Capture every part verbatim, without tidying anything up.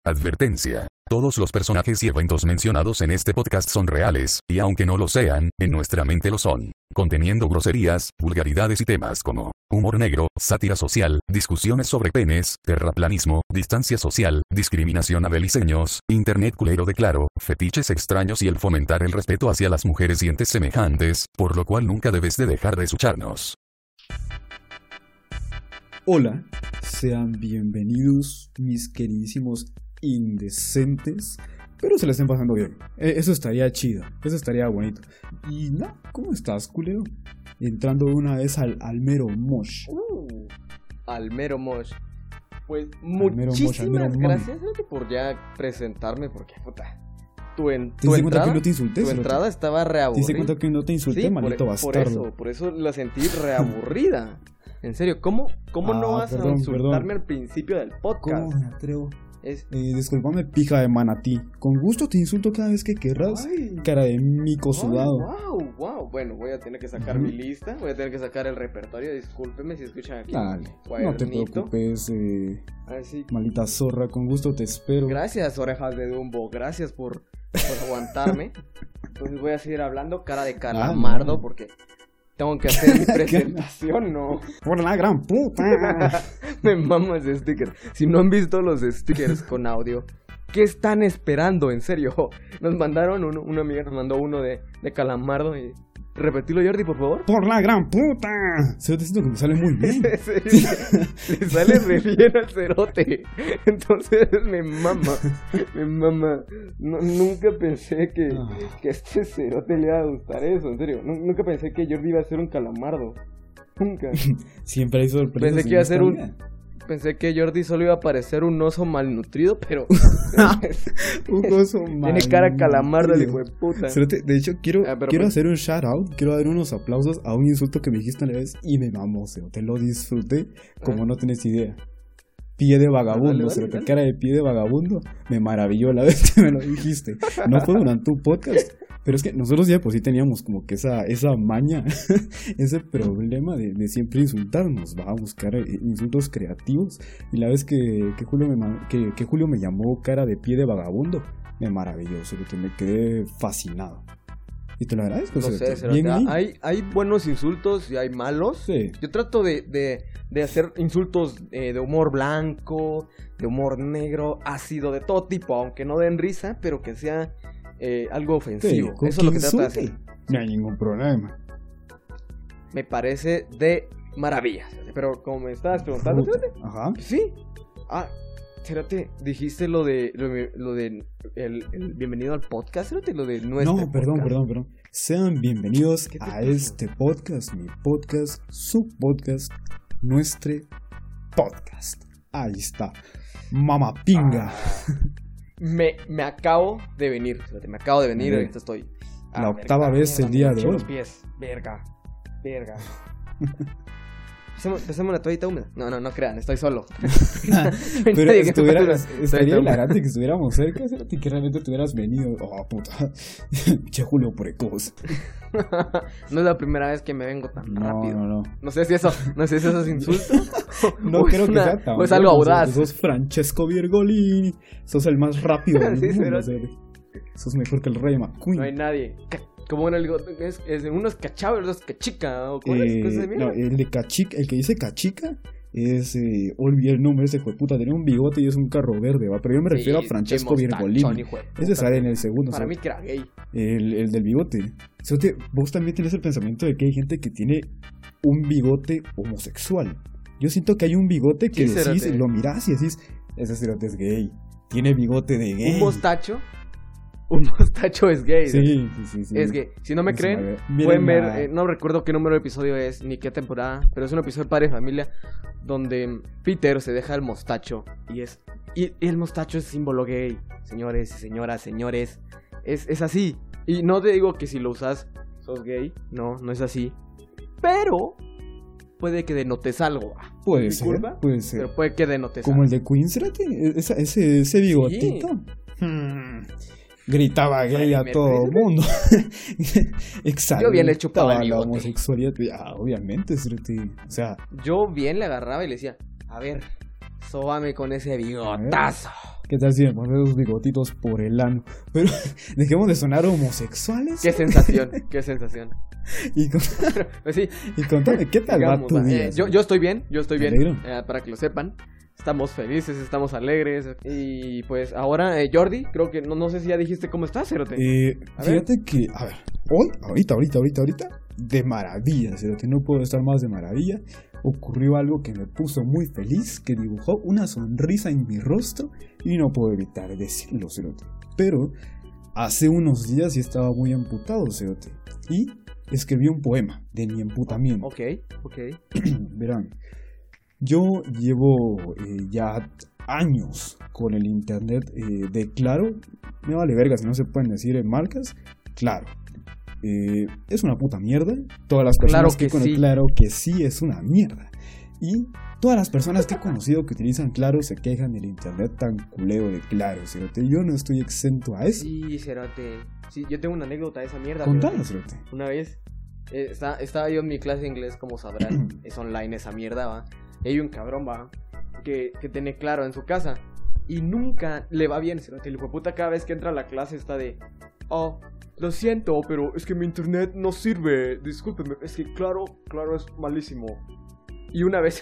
Advertencia. Todos los personajes y eventos mencionados en este podcast son reales, y aunque no lo sean, en nuestra mente lo son, conteniendo groserías, vulgaridades y temas como humor negro, sátira social, discusiones sobre penes, terraplanismo, distancia social, discriminación a beliceños, internet culero de claro, fetiches extraños y el fomentar el respeto hacia las mujeres y entes semejantes, por lo cual nunca debes de dejar de escucharnos. Hola, sean bienvenidos mis queridísimos indecentes, pero se la estén pasando bien. Eh, eso estaría chido, eso estaría bonito. Y no, ¿cómo estás, culero? Entrando una vez al, al mero mosh. Uh, al mero mosh. Pues Al mero mosh, muchísimas al mero mami. gracias Cerote, por ya presentarme, porque puta, tu, en, ¿Te tu diste cuenta entrada, que no te insulté? tu Cerote? entrada estaba ¿Te reaburrida. diste cuenta que no te insulté, Sí, maldito por, bastardo? por eso, por eso la sentí reaburrida. En serio, ¿cómo, cómo Ah, no vas perdón, a insultarme perdón. al principio del podcast? ¿Cómo me atrevo? Es... Eh, disculpame, pija de manatí. Con gusto te insulto cada vez que querrás, Ay. cara de mico sudado. Wow, wow. Bueno, voy a tener que sacar Ujú. mi lista, voy a tener que sacar el repertorio. Discúlpeme si escuchan aquí. Dale, un no te cuadernito. preocupes, eh, Así que- maldita zorra, con gusto te espero. Gracias, orejas de Dumbo. Gracias por, por aguantarme. Entonces voy a seguir hablando cara de calamardo Ah, no. porque tengo que hacer mi presentación, ¿no? Por la gran puta. Me mamo ese sticker. Si no han visto los stickers con audio, ¿qué están esperando? En serio. Nos mandaron uno, una amiga nos mandó uno de, de calamardo y... Repetilo, Jordi, por favor. Por la gran puta. Se te siento que me sale muy bien. Sí, le sale re bien al cerote. Entonces me mama, me mama. No, nunca pensé que, Ah. que a este cerote le iba a gustar eso, en serio. Nu- Nunca pensé que Jordi iba a ser un calamardo. Nunca. Siempre hay sorpresas. Pensé que en iba a esta ser un... vida. Pensé que Jordi solo iba a parecer un oso malnutrido, pero... Un oso Tiene cara calamardo el hijo malnutrido. de puta. Cerote, de hecho, quiero, Ah, pero quiero pues- hacer un shout out. Quiero dar unos aplausos a un insulto que me dijiste una vez y me mamó, Cerote. Lo disfruté como Ah. no tenés idea. Pie de vagabundo, Dale, dale, Cerote, dale. cara de pie de vagabundo. Me maravilló la vez que me lo dijiste. No fue durante un podcast, pero es que nosotros ya pues sí teníamos como que esa, esa maña, ese problema de, de siempre insultarnos. Va a buscar eh, insultos creativos. Y la vez que, que, Julio me, ma- que, que Julio me llamó cara de pie de vagabundo, me maravilló, Cerote, me quedé fascinado. Y te lo agradezco, No Cerote. sé, cerote, Bien ahí. hay, hay buenos insultos y hay malos. Sí. Yo trato de, de, de hacer insultos eh, de humor blanco, de humor negro, ácido, de todo tipo, aunque no den risa, pero que sea eh, algo ofensivo. Sí, con Eso es lo que que trato de hacer. insulte, no hay ningún problema. Me parece de maravilla. Pero como me estabas preguntando, Puta. fíjate, Ajá. sí. Ah, espérate, dijiste lo de lo, de- lo de el, el bienvenido al podcast, espérate, lo de nuestro No, perdón, podcast. perdón, perdón. Sean bienvenidos ¿Qué te a pasa? este podcast, mi podcast, su podcast, nuestro podcast. Ahí está. Mamá pinga. Ah, me, me acabo de venir, espérate, me acabo de venir, A ver. ahorita estoy. La octava vez el me día de manché hoy. los pies, verga, verga. Pasemos, pasemos la toallita húmeda. No, no, no crean, estoy solo. No hay Pero nadie que estuviera, me es- ayude. estaría Estoy- hilarante que estuviéramos cerca, Cerote, y que realmente te hubieras venido. Oh, puta. Che, Julio precoz. No es la primera vez que me vengo tan No, rápido. no, no. No sé si eso, no sé si eso es insulto. No o es creo que una- sea tan O es algo bueno. audaz. Sos Francesco Virgolini. Sos el más rápido del Sí, mundo. pero- Cerote. Sos mejor que el rey McQueen. No hay nadie. Ca- Como en el es, es uno es cachado y el otro es cachica. ¿O cuál es? Eh, ¿Qué se no, el de Cachica, el que dice Cachica es, eh, olvidé el nombre, ese hijo de puta, tenía un bigote y es un carro verde, va, pero yo me refiero a Francesco Virgolini. Ese sale en el segundo, Para ¿sabes? mí que era gay. el, el del bigote. Cerote, vos también tienes el pensamiento de que hay gente que tiene un bigote homosexual. Yo siento que hay un bigote que Sí, decís, cerote. lo mirás y decís, ese cerote es gay, tiene bigote de gay. Un mostacho. Un mostacho es gay. Sí, sí, sí, sí. Es gay. Si no me Eso, creen, a ver, pueden miren ver. la- eh, no recuerdo qué número de episodio es ni qué temporada, pero es un episodio de Padre de Familia donde Peter se deja el mostacho y es. Y, y el mostacho es símbolo gay. Señores y señoras, señores. Es, es así. Y no te digo que si lo usas sos gay. No, no es así. Pero puede que denotes algo. ah, Puede mi ser, culpa, puede ser. Pero puede que denotes Como algo. el de Queen, ¿serate? Esa- ese, ese bigotito. Hmm. Gritaba gay a Me todo el río. mundo. Exaltaba Yo bien le chupaba el la bigote. homosexualidad. Ya, obviamente, ¿serate? O sea, Yo bien le agarraba y le decía, a ver, sóbame con ese bigotazo. ¿Qué tal si me pasé esos bigotitos por el ano? Pero dejemos de sonar homosexuales. Qué sensación, qué sensación. Y, con... Pues sí. y contame, ¿qué tal Digamos, va tu va, día? eh, yo, yo estoy bien, yo estoy Me bien, alegro. eh, para que lo sepan. Estamos felices, estamos alegres. Y pues ahora, eh, Jordi, creo que no, no sé si ya dijiste cómo estás, Cerote. Eh, A ver. fíjate que, a ver, hoy, ahorita, ahorita, ahorita, ahorita, de maravilla, cerote, no puedo estar más de maravilla. Ocurrió algo que me puso muy feliz, que dibujó una sonrisa en mi rostro y no puedo evitar decirlo, cerote. Pero hace unos días sí estaba muy amputado, cerote, y escribí un poema de mi emputamiento. Ok, ok. Verán, yo llevo eh, ya años con el internet eh, de Claro. Me vale verga si no se pueden decir en marcas. Claro, eh, es una puta mierda. Todas las personas Claro que, que con sí. Claro que sí es una mierda. Y todas las personas que he conocido que utilizan Claro se quejan del internet tan culero de Claro, cerote. Yo no estoy exento a eso. Sí, Cerote. Sí, yo tengo una anécdota de esa mierda. Contanos, Cerote. cerote. Una vez, eh, está, estaba yo en mi clase de inglés, como sabrán. Es online esa mierda, va. Y hay un cabrón, va, que, que tiene Claro en su casa. Y nunca le va bien, Cerote. El hijo de puta cada vez que entra a la clase está de... Oh, lo siento, pero es que mi internet no sirve. Discúlpeme, es que Claro, Claro es malísimo. Y una vez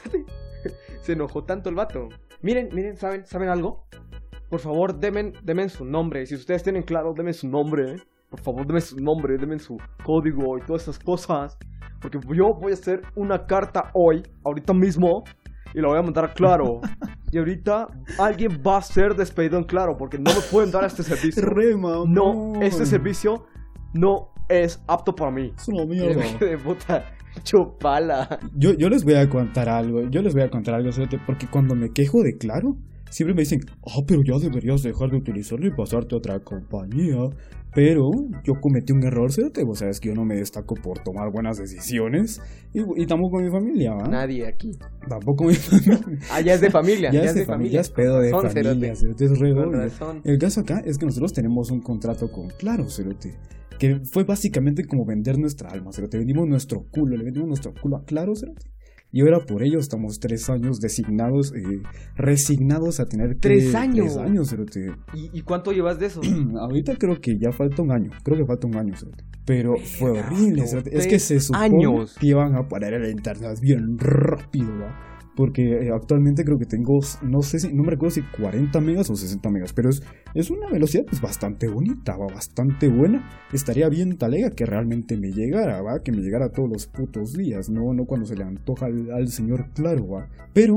se enojó tanto el vato. Miren, miren, ¿saben, ¿saben algo? Por favor, denme, denme su nombre. Si ustedes tienen Claro, denme su nombre. ¿eh? Por favor, denme su nombre, denme su código y todas esas cosas. Porque yo voy a hacer una carta hoy, ahorita mismo, y la voy a mandar a Claro. Y ahorita alguien va a ser despedido en Claro porque no me pueden dar este servicio. Re mamón. No, este servicio no es apto para mí. Es una Y mierda. de, de puta, chupala. Yo, yo les voy a contar algo, yo les voy a contar algo, cerote, porque cuando me quejo de Claro, siempre me dicen, ah, pero ya deberías dejar de utilizarlo y pasarte a otra compañía. Pero yo cometí un error, cerote, vos sabes que yo no me destaco por tomar buenas decisiones, y, y tampoco mi familia, ¿va? Nadie aquí. Tampoco mi familia. Ah, ya es de familia. Ya, es de familia, ya es pedo de Con razón, familia, cerote. cerote, es re Con obvio. razón. El caso acá es que nosotros tenemos un contrato con Claro, cerote, que fue básicamente como vender nuestra alma, cerote. Vendimos nuestro culo, le vendimos nuestro culo a Claro, cerote. Y ahora por ello estamos tres años designados, eh, resignados a tener que... ¿Tres años? Tres años, cerote. ¿Y, ¿Y cuánto llevas de eso? Ahorita creo que ya falta un año, creo que falta un año, cerote. Pero fue Verga, horrible, no, cerote. Es que tres se supone años. que iban a parar el internet bien rápido, ¿va? Porque eh, actualmente creo que tengo, no sé si, no me recuerdo si cuarenta megas o sesenta megas, pero es, es una velocidad pues bastante bonita, va, bastante buena. Estaría bien talega que realmente me llegara, va, que me llegara todos los putos días, no, no cuando se le antoja al, al señor Claro, va. Pero,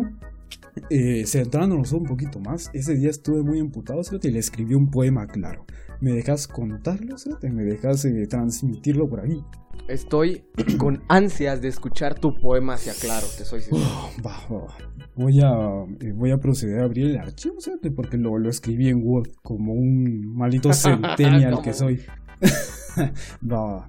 eh, centrándonos un poquito más, ese día estuve muy emputado, cerote, y le escribí un poema a Claro. ¿Me dejas contarlo, cerote? ¿Me dejas eh, transmitirlo por ahí? Estoy con ansias de escuchar tu poema hacia Claro, te soy sincero. Oh, va, va, va. Voy a, eh, voy a proceder a abrir el archivo, cerote, porque lo, lo escribí en Word como un maldito centennial ¿Cómo? que soy. Va, va.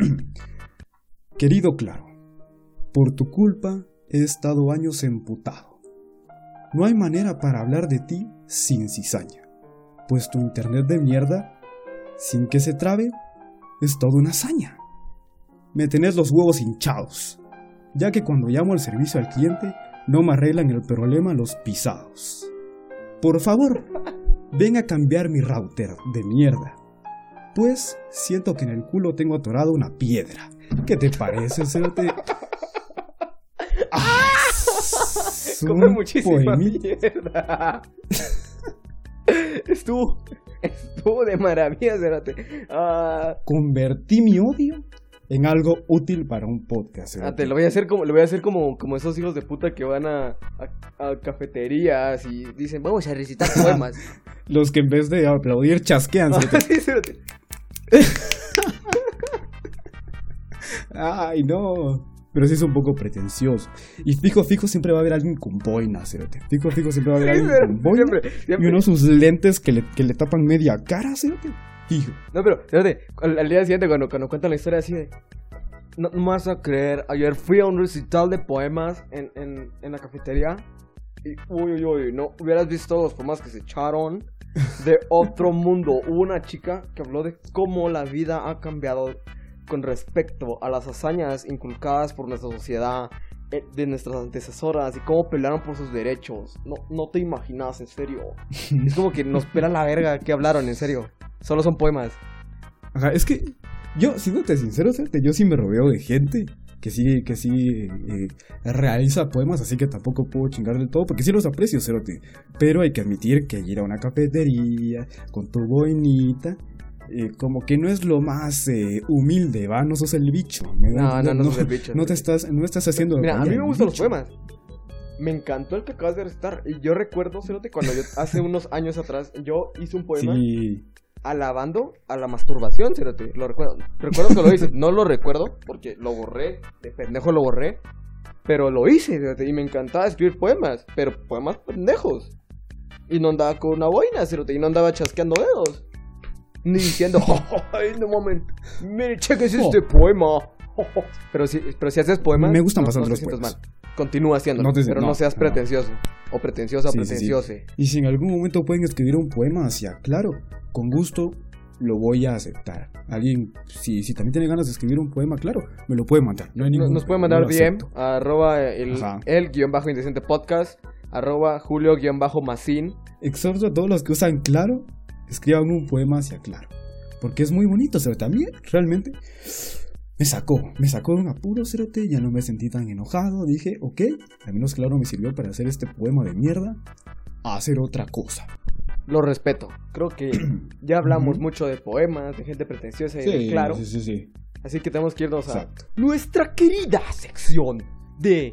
Querido Claro, por tu culpa he estado años emputado. No hay manera para hablar de ti sin cizaña, pues tu internet de mierda, sin que se trabe, es toda una hazaña. Me tenés los huevos hinchados, ya que cuando llamo al servicio al cliente no me arreglan el problema los pisados. Por favor, ven a cambiar mi router de mierda, pues siento que en el culo tengo atorado una piedra. ¿Qué te parece, cerote? ¡Ah! Come Un muchísima poemita. mierda. Estuvo, estuvo de maravilla, cerote. Ah, Convertí mi odio en algo útil para un podcast, ah, cerote. te lo voy a hacer como, lo voy a hacer como, como esos hijos de puta que van a, a, a cafeterías y dicen, vamos a recitar poemas. Los que en vez de aplaudir chasquean, cerote. Sí, cerote. Ay, no. Pero sí es un poco pretencioso. Y fijo, fijo, siempre va a haber alguien con boina, cerote. Fijo, fijo, siempre va a haber Sí, alguien cerote, con boina. siempre, Y siempre. uno sus lentes que le, que le tapan media cara, cerote. Fijo. No, pero, fíjate, al, al día siguiente cuando, cuando cuentan la historia así de... No, no me vas a creer, ayer fui a un recital de poemas en, en, en la cafetería y uy, uy, uy, no hubieras visto los poemas que se echaron de otro mundo. Hubo una chica que habló de cómo la vida ha cambiado con respecto a las hazañas inculcadas por nuestra sociedad eh, de nuestras antecesoras y cómo pelearon por sus derechos. No, no te imaginas, en serio. Es como que nos pela la verga que hablaron, en serio. Solo son poemas. Ajá, es que yo, siéndote sincero, ¿sabes? Yo sí me rodeo de gente que sí, que sí eh, realiza poemas, así que tampoco puedo chingar del todo, porque sí los aprecio, cerote. Pero hay que admitir que ir a una cafetería con tu boinita, eh, como que no es lo más eh, humilde, ¿va? No sos el bicho. No, no, no, no sos el bicho. No te estás, no estás haciendo... Mira, a mí me gustan los poemas. Me encantó el que acabas de recitar. Y yo recuerdo, cerote, cuando yo, hace unos años atrás, yo hice un poema... Sí. Alabando a la masturbación, cerote. Lo recuerdo. Recuerdo que lo hice. No lo recuerdo porque lo borré. De pendejo lo borré. Pero lo hice, cerote. Y me encantaba escribir poemas. Pero poemas pendejos. Y no andaba con una boina, cerote. Y no andaba chasqueando dedos. Ni diciendo, ay, no mames. Mire, cheques oh. este poema. Pero si, pero si haces poemas. Me gustan no, bastante no los poemas. Mal. Continúa haciéndolo. No te, pero no, no seas no. pretencioso. O pretenciosa o sí, pretenciosa. Sí, sí. Y si en algún momento pueden escribir un poema hacia claro, con gusto lo voy a aceptar. Alguien, si, si también tiene ganas de escribir un poema, claro, me lo puede mandar. No hay ningún Nos puede mandar D M a arroba el, el guión bajo indecente podcast, arroba julio guión bajo macín. Exhorto a todos los que usan claro, escriban un poema hacia claro. Porque es muy bonito, pero también realmente me sacó, me sacó de un apuro, cerote, ya no me sentí tan enojado. Dije, ok, al menos claro me sirvió para hacer este poema de mierda, a hacer otra cosa. Lo respeto. Creo que ya hablamos uh-huh. mucho de poemas, de gente pretenciosa y sí, de claro. Sí, sí, sí. Así que tenemos que irnos Exacto. a nuestra querida sección de...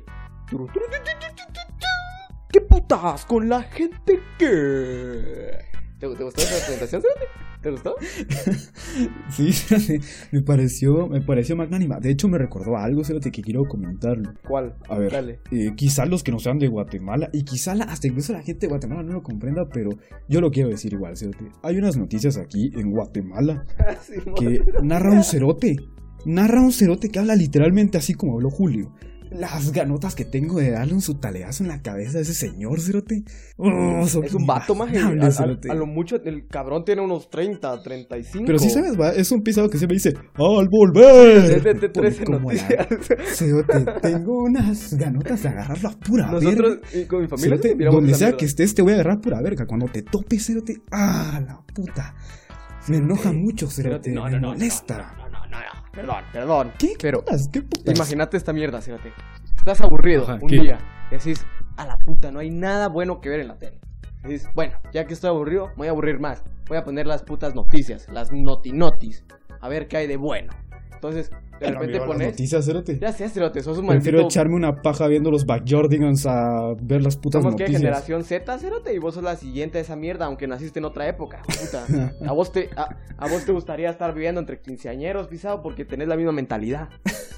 ¿Qué putas con la gente que...? ¿Te, te gustó esa presentación? ¿Te gustó? Sí, me pareció, me pareció magnánima. De hecho, me recordó algo, fíjate, que quiero comentarlo. ¿Cuál? A ver, Dale. Eh, quizá los que no sean de Guatemala, y quizá la, hasta incluso la gente de Guatemala no lo comprenda, pero yo lo quiero decir igual, fíjate. Hay unas noticias aquí en Guatemala sí, que narra un cerote. Narra un cerote que habla literalmente así como habló Julio. Las ganotas que tengo de darle un sutaleazo en la cabeza a ese señor, cerote. Oh, es un vato, maje. A, a, a lo mucho, el cabrón tiene unos treinta, treinta y cinco. Pero sí sabes, va, es un pisado que siempre dice, ¡al volver! Es de T trece Noticias. Cerote, tengo unas ganotas de agarrar la pura Nosotros, verga. y con mi familia, cerote, donde sea que estés, te voy a agarrar pura verga. Cuando te tope, cerote, ¡ah, la puta! Me enoja mucho, cerote, no, no, me no, molesta. No, no, no, no, no. Perdón, perdón. ¿Qué? ¿Qué pero putas? ¿Qué putas? Imagínate esta mierda, fíjate. Estás aburrido Ajá, un ¿qué? día y decís, a la puta, no hay nada bueno que ver en la tele. Y dices, bueno, ya que estoy aburrido, me voy a aburrir más. Voy a poner las putas noticias, las notinotis, a ver qué hay de bueno. Entonces, de Pero repente amigo, pones... las noticias, cerote. Ya sé, cerote, sos un Prefiero maldito... echarme una paja viendo los Backyardigans a ver las putas Somos noticias. que generación Z, cerote, y vos sos la siguiente de esa mierda, aunque naciste en otra época, puta. A vos te, a, a vos te gustaría estar viviendo entre quinceañeros, pisado, porque tenés la misma mentalidad.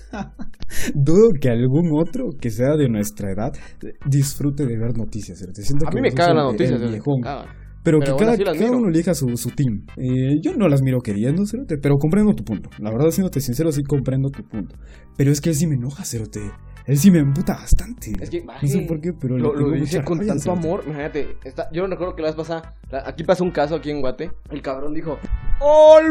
Dudo que algún otro que sea de nuestra edad disfrute de ver noticias, cerote. Siento A que mí me cagan las noticias, el viejón. cagan. Pero, Pero que bueno, cada, sí cada uno elija su, su team. Eh, yo no las miro queriendo, cerote, pero comprendo tu punto. La verdad, siéndote sincero, sí comprendo tu punto. Pero es que él sí me enoja, cerote. Él sí me emputa bastante. Es que, no sé por qué, pero lo, le tengo lo dice mucha con rabia, tanto cerote. amor. Imagínate, está, yo recuerdo que la vez pasada, la, aquí pasó un caso aquí en Guate. El cabrón dijo, ¡al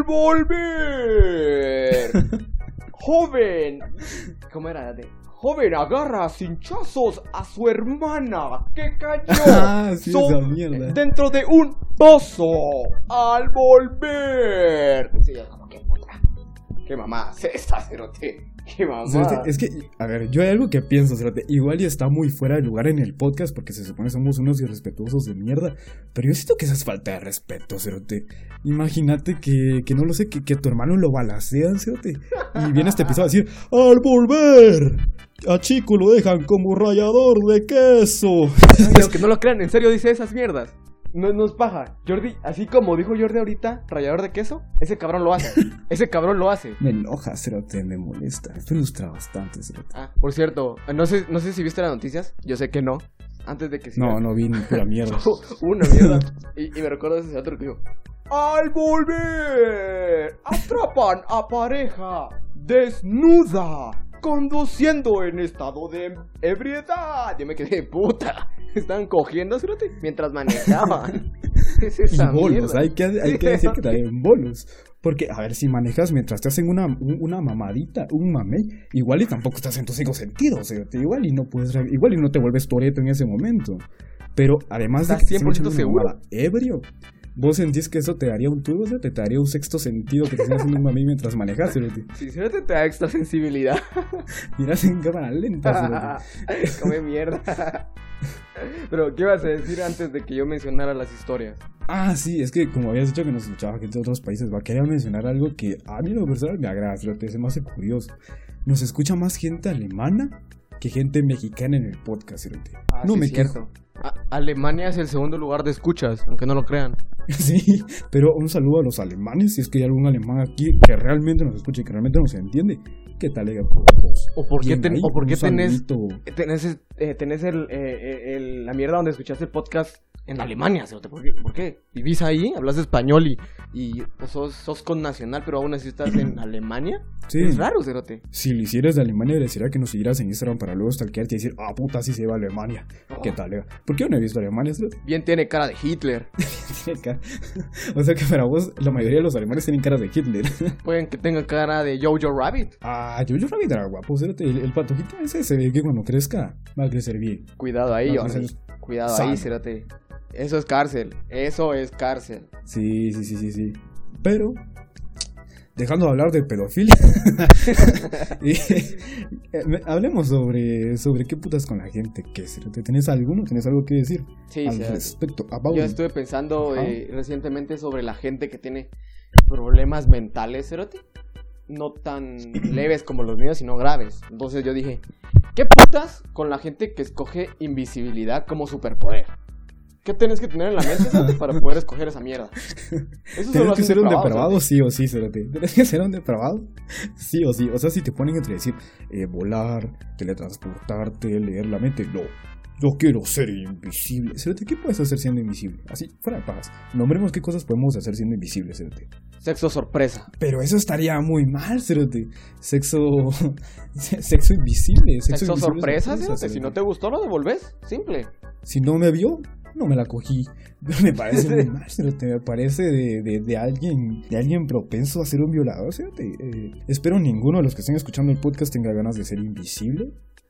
volver! ¡Joven! ¿Cómo era? De, joven agarra a cinchazos a su hermana que cayó Ah, sí, so- esa mierda. dentro de un pozo al volver. Sí, yo como que puta. Qué mamá se está, cerote. Qué mamá. Cerote, es que, a ver, yo hay algo que pienso, cerote. Igual y está muy fuera de lugar en el podcast porque se supone somos unos irrespetuosos de mierda. Pero yo siento que eso es falta de respeto, cerote. Imagínate que, que no lo sé, que, que a tu hermano lo balacean, cerote. Y viene este episodio a decir, ¡al volver! A Chico lo dejan como rallador de queso. Ay, aunque no lo crean, en serio dice esas mierdas. No, no es paja. Jordi, así como dijo Jordi ahorita, rallador de queso, ese cabrón lo hace. Ese cabrón lo hace. Me enoja, cerote, me molesta. Me frustra bastante, cerote. Ah, por cierto, no sé, no sé si viste las noticias. Yo sé que no. Antes de que sigas. No, no vi ni pura mierda. Una mierda. Y, y me recuerdo de ese otro que dijo: ¡al volver! Atrapan a pareja desnuda conduciendo en estado de ebriedad. Yo me quedé, puta, estaban cogiendo, cerote, mientras manejaban. Es esa y bolos, mierda. hay que, hay que decir que también bolos. Porque, a ver, si manejas mientras te hacen una, una mamadita, un mamey, igual y tampoco estás en tus cinco sentidos, cerote, igual y no puedes, igual y no te vuelves toreto en ese momento. Pero además de que ¿Estás te cien por ciento estén echando una seguro? mamada ebrio, ¿vos sentís que eso te daría un tubo? ¿Te, te daría un sexto sentido que te estén haciendo un mamey mientras manejas, cerote? Sinceramente te da extra sensibilidad. Miras en cámara lenta, cerote. Come mierda. Pero, ¿qué ibas a decir antes de que yo mencionara las historias? Ah, sí, es que como habías dicho que nos escuchaba gente de otros países, va a querer mencionar algo que a mí en lo personal me agrada, cerote, se me hace curioso. Nos escucha más gente alemana que gente mexicana en el podcast, cerote. Ah, No sí, me es cierto. A- Alemania es el segundo lugar de escuchas, aunque no lo crean. Sí, pero un saludo a los alemanes, si es que hay algún alemán aquí que realmente nos escucha y que realmente nos entiende. ¿Qué tal, ega? ¿O por qué, Bien ten- ahí, o por qué un tenés, saludito. tenés, eh, tenés el, eh, el- la mierda donde escuchaste el podcast en Alemania? cerote? ¿Por qué? ¿Por qué? ¿Vivís ahí? ¿Hablas español y, y pues, sos, sos connacional, pero aún así estás en Alemania? Sí. Es raro, cerote. Si lo hicieras de Alemania, desearía que nos siguieras en Instagram para luego stalkearte y decir, ah, puta, sí se va a Alemania. Oh. ¿Qué tal, ega? ¿Por qué yo no he visto Alemania, cerote? Bien tiene cara de Hitler. Tiene cara- O sea que para vos, la mayoría de los alemanes tienen cara de Hitler. Pueden que tenga cara de Jojo Rabbit. Ah, Jojo Rabbit era guapo, cerote. El, el patojito ese se ve que cuando crezca va a crecer bien. Cuidado ahí, No, Johnny. sí, Cuidado sano. ahí, cerote. Eso es cárcel. Eso es cárcel. Sí, sí, sí, sí, sí. Pero, dejando de hablar de pedofilia, y, eh, me- hablemos sobre, sobre qué putas con la gente. ¿Qué, cerote? ¿Tenés alguno? ¿Tenés algo que decir Sí, al cerote. respecto? About Yo it? estuve pensando Ajá. eh, recientemente sobre la gente que tiene problemas mentales, cerote. No tan leves como los míos, sino graves. Entonces yo dije, ¿qué putas con la gente que escoge invisibilidad como superpoder? ¿Qué tienes que tener en la mente, cerote, para poder escoger esa mierda? Eso solo Tienes hace que ser un depravado, depravado, cerote. sí o sí, cerote. Tienes que ser un depravado, sí o sí. O sea, si te ponen entre decir eh, volar, teletransportarte, leer la mente, no. Yo quiero ser invisible. Cerote, ¿qué puedes hacer siendo invisible? Así, fuera de paz. Nombremos qué cosas podemos hacer siendo invisibles, cerote. Sexo sorpresa. Pero eso estaría muy mal, cerote. Sexo. Sexo invisible. Sexo, Sexo invisible sorpresa, sorpresa, cerote. Si cerote. no te gustó, lo devolves. Simple. Si no me vio, no me la cogí. Me parece muy mal, cerote. Me parece de, de, de alguien de alguien propenso a ser un violador, cerote. Eh, espero ninguno de los que estén escuchando el podcast tenga ganas de ser invisible.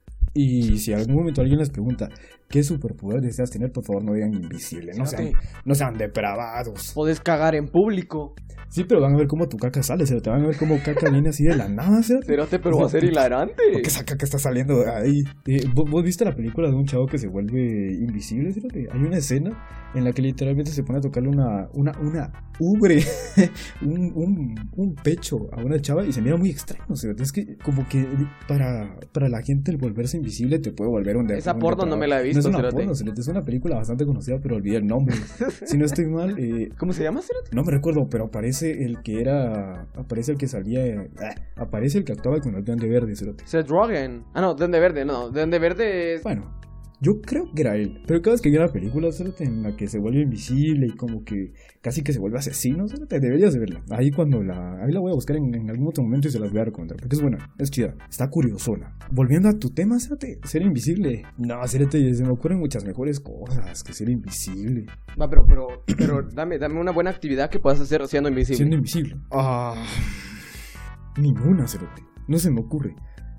Y si en algún momento alguien les pregunta qué superpoder deseas tener, por favor no digan invisible. No sean, Cerote. no sean depravados. Podés cagar en público. Sí, pero van a ver cómo tu caca sale, cerote. Van a ver cómo caca viene así de la nada, cerote. Cerote, pero va a ser hilarante. Porque esa caca está saliendo de ahí. Eh, ¿vos, vos viste la película de un chavo que se vuelve invisible? Fíjate, hay una escena en la que literalmente se pone a tocarle una, una, una ubre, un, un, un pecho a una chava y se mira muy extraño. Fíjate. Es que como que para, para la gente el volverse invisible te puede volver un de, Esa un porno no depravado. me la he No visto, es una fíjate. porno, fíjate, es una película bastante conocida, pero olvidé el nombre. Si no estoy mal, eh, ¿Cómo se llama, cerote? no me recuerdo, pero aparece el que era, aparece el que salía, eh, aparece el que actuaba con el Duende Verde, cerote. Seth Rogen. Ah, no, Duende Verde, no. Duende Verde es... Bueno, yo creo que era él. Pero cada vez que vi una película, cerote, en la que se vuelve invisible y como que casi que se vuelve asesino, cerote, deberías de verla. Ahí cuando la... Ahí la voy a buscar en, en algún otro momento y se las voy a recomendar. Porque es buena, es chida, está curiosona. Volviendo a tu tema, cerote, ser invisible. No, cerote, se me ocurren muchas mejores cosas que ser invisible. Va, pero, pero, pero dame, dame una buena actividad que puedas hacer siendo invisible. Siendo invisible. Ah... Ninguna, cerote. No se me ocurre.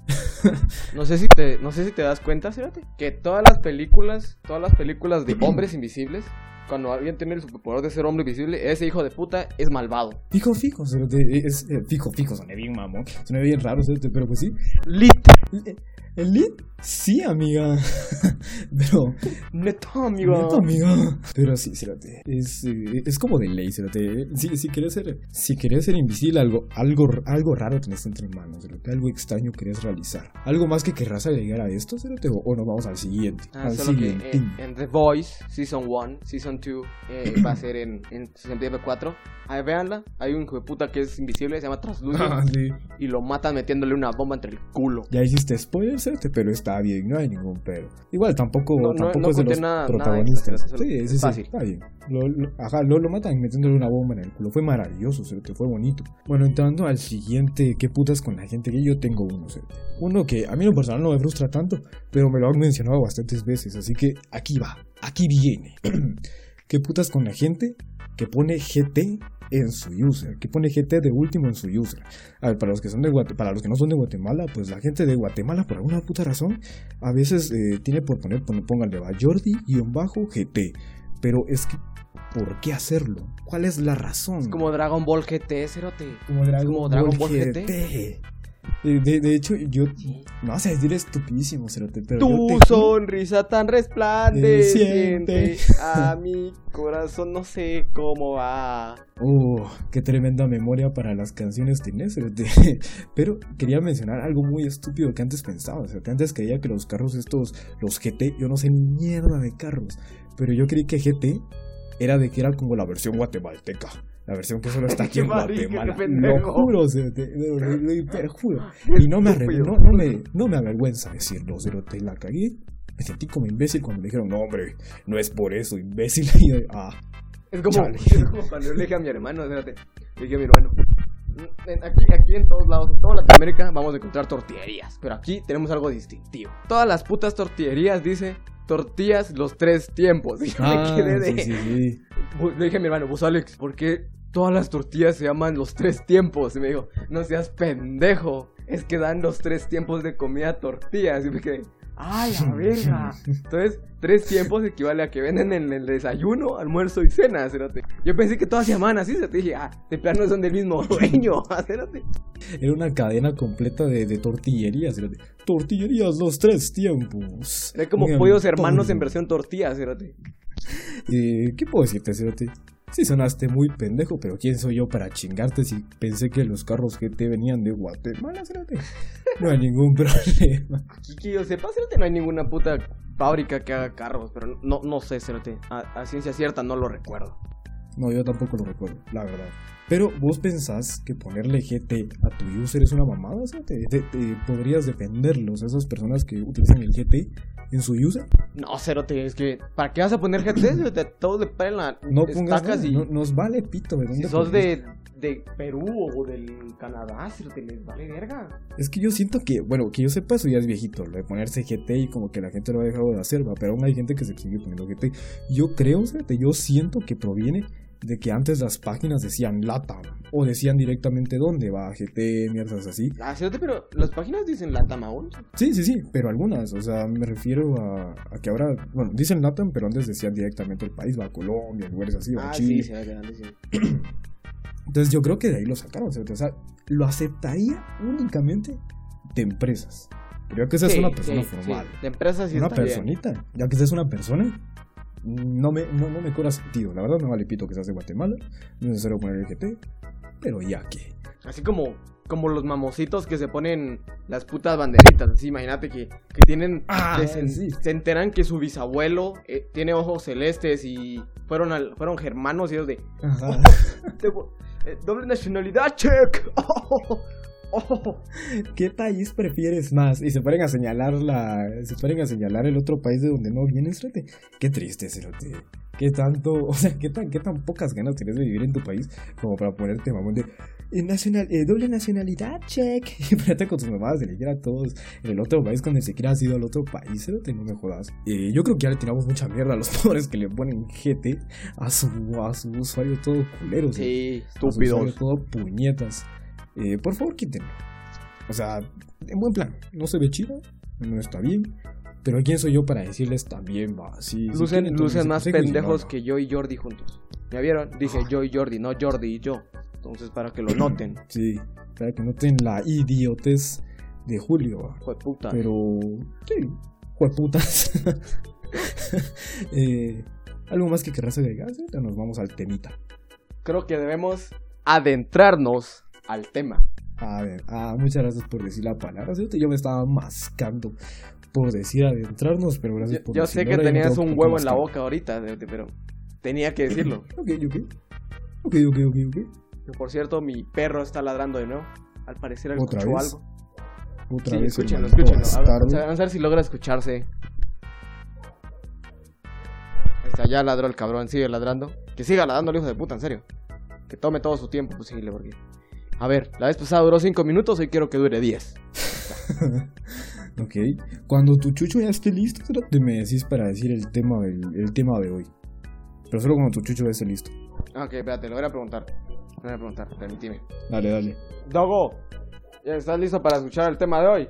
No sé si te, no sé si te das cuenta, cerote, que todas las películas, todas las películas de hombres invisibles, cuando alguien tiene el superpoder de ser hombre invisible, ese hijo de puta es malvado. Fijo, fijo, cerote. Es, eh, fijo, fijo, suena bien, mamón. Suena bien raro, cerote, pero pues sí. Lit. ¿El lead? Sí, amiga. Pero... Neto, amigo. Neto, amiga. Pero sí, cerote. Es, eh, es como de ley, cerote. Si, si querés ser... Si querés ser invisible, algo, algo, algo raro tenés entre manos, cerote. Algo extraño querés realizar. ¿Algo más que querrás agregar a esto, cerote? O, o nos vamos al siguiente. Ah, al solo que siguiente. en, en The Voice, Season uno, Season dos, eh, va a ser en, en septiembre cuatro. Ahí véanla. Hay un hijo de puta que es invisible, se llama Translúcido. Ah, sí. Y lo matan metiéndole una bomba entre el culo. Ya hiciste hiciste spoiler, cerote, pero está bien, no hay ningún pero. Igual tampoco, No, no, tampoco no es de conté los nada- nada protagonistas. extra, cerote, sí, es sí, sí, fácil. está bien. Lo, lo- ajá, lo, lo matan metiéndole una bomba en el culo. Fue maravilloso, cerote, fue bonito. Bueno, entrando al siguiente, ¿qué putas con la gente? Que yo tengo uno, cerote. Uno que a mí en lo personal no me frustra tanto, pero me lo han mencionado bastantes veces, así que aquí va, aquí viene. ¿Qué putas con la gente que pone G T en su user? Que pone G T de último en su user. A ver, para los que son de Guate- para los que no son de Guatemala, pues la gente de Guatemala por alguna puta razón a veces eh, tiene por poner, pon- pónganle va Jordi-G T. Pero es que, ¿por qué hacerlo? ¿Cuál es la razón? Es como Dragon Ball G T, cerote. Como Dragon, como Dragon Ball, Ball G T. Eh, De, de hecho, yo no vas a decir estupidísimo, cerote, pero yo Tu te- sonrisa tan resplandeciente Siente. a mi corazón, no sé cómo va. Oh, qué tremenda memoria para las canciones tenés, cerote. Pero quería mencionar algo muy estúpido que antes pensaba, o sea, que antes creía que los carros estos, los G T, yo no sé ni mierda de carros, pero yo creí que G T era de que era como la versión guatemalteca. La versión que solo está aquí en Qué marica, Guatemala. qué pendejo. Lo juro, cerote, lo, lo- lo hiperjuro. Y no me, arre- Estúpido. no, no, me, no me avergüenza decirlo, cerote, la cagué. Me sentí como imbécil cuando me dijeron, no hombre, no es por eso, imbécil. Y yo, ah, Es como, Chale. es como cuando yo le dije a mi hermano, espérate, le dije a mi hermano, en- aquí, aquí en todos lados, en toda Latinoamérica vamos a encontrar tortillerías, pero aquí tenemos algo distintivo. Todas las putas tortillerías dice tortillas los tres tiempos. Y yo ah, me quedé de... sí, sí, sí. Bu- Le dije a mi hermano, vos Alex, ¿por qué todas las tortillas se llaman los tres tiempos? Y me dijo, no seas pendejo, es que dan los tres tiempos de comida a tortillas. Y me quedé, ¡ay, la verga! Entonces, tres tiempos equivale a que venden en el desayuno, almuerzo y cena, cerote. Yo pensé que todas se llamaban así, se te dije, ah, de plano son del mismo dueño, cerote. Era una cadena completa de, de tortillerías. cerote. Tortillerías los tres tiempos. Era como Un pollos hermanos antojo. en versión tortilla, cerote. Eh, ¿Qué puedo decirte, cerote? Sí sonaste muy pendejo, pero ¿quién soy yo para chingarte si pensé que los carros G T venían de Guatemala, cerote? No hay ningún problema. Aquí que yo sepa, cerote, no hay ninguna puta fábrica que haga carros, pero no, no sé, cerote. A, a ciencia cierta no lo recuerdo. No, yo tampoco lo recuerdo, la verdad. Pero vos pensás que ponerle G T a tu user es una mamada, cerote? ¿Te, te- podrías defenderlos a esas personas que utilizan el G T en su user? No, cerote, es que, ¿para qué vas a poner G T? Cerote? Todos le ponen la No pongas estacas nada, y... no- nos vale pito de Si dónde sos pones. de, de Perú o del Canadá, cerote, les vale verga. Es que yo siento que, bueno, que yo sepa, eso ya es viejito, lo de ponerse G T y como que la gente lo ha dejado de hacer, ¿va? Pero aún hay gente que se sigue poniendo G T. Yo creo, cerote, yo siento que proviene de que antes las páginas decían LATAM o decían directamente dónde va G T, mierdas así. Ah, cerote, pero las páginas dicen LATAM aún. Sí, sí, sí, pero algunas, o sea, me refiero a, a que ahora, bueno, dicen LATAM, pero antes decían directamente el país, va Colombia, lugares así, va Ah, Chile. sí, se va quedando así. Entonces yo creo que de ahí lo sacaron, cerote, o sea, lo aceptaría únicamente de empresas. Creo que esa es Sí, una persona sí, formal. sí. De empresas sí Una está bien. personita, ya que seas una persona, no me, no, no me cobra sentido. La verdad me vale pito que seas de Guatemala, no es necesario poner el G T, pero ya que. Así como, como los mamositos que se ponen las putas banderitas. Así, imagínate que, que tienen. Ah, que se, sí. se enteran que su bisabuelo eh, tiene ojos celestes y fueron al, fueron germanos y ellos de. Ajá. de- eh, doble nacionalidad, check. Oh, oh. ¿Qué país prefieres más? Y se ponen a señalar la, se ponen a señalar el otro país de donde no vienen, cerote. Qué triste, cerote. Qué tanto, o sea, qué tan, qué tan pocas ganas tienes de vivir en tu país como para ponerte mamón de eh, nacional, eh, doble nacionalidad, check. Y ponerte con tus mamadas de elegir a todos en el otro país cuando ni siquiera has ido al otro país, cerote, no me jodas. Eh, yo creo que ya le tiramos mucha mierda a los pobres que le ponen G T a su, a su usuario todo culero, cerote. Sí, A su estúpidos. usuario todo puñetas. Eh, por favor, quítenlo. O sea, en buen plan. No se ve chido, no está bien. Pero ¿quién soy yo para decirles también, va? Si, si Lucen, quieren, lucen tomen más ese consejo y pendejos no, no. que yo y Jordi juntos. ¿Ya vieron? Dice yo y Jordi, no Jordi y yo. Entonces, para que lo noten. Sí, para que noten la idiotez de Julio, va. Hijo de puta. Pero, sí, jueputas. eh, ¿Algo más que querrás agregar? ¿Sí? Ya nos vamos al temita. Creo que debemos adentrarnos al tema. A ver, ah, muchas gracias por decir la palabra. ¿Sí? Yo me estaba mascando por decir adentrarnos, pero gracias Yo, por yo decirlo. sé que Ahora ya me tenías tengo un que huevo en la mascar. boca ahorita, de- de- pero tenía que decirlo. Ok, ok. Ok, ok, ok, ok. Que, por cierto, mi perro está ladrando de nuevo. Al parecer él ¿Otra escuchó vez? algo. Otra Sí, vez escúchenlo, el maldito escúchenlo. A ver, bastardo. vamos a ver si logra escucharse. Ahí está, ya ladró el cabrón, sigue ladrando. Que siga ladrando el hijo de puta, en serio. Que tome todo su tiempo posible, porque... A ver, la vez pasada duró cinco minutos, hoy quiero que dure diez. Ok. Cuando tu chucho ya esté listo, te me decís para decir el tema, el, el tema de hoy. Pero solo cuando tu chucho ya esté listo. Ok, espérate, lo voy a preguntar. Lo voy a preguntar, permíteme. Dale, dale. Dogo, ¿ya estás listo para escuchar el tema de hoy?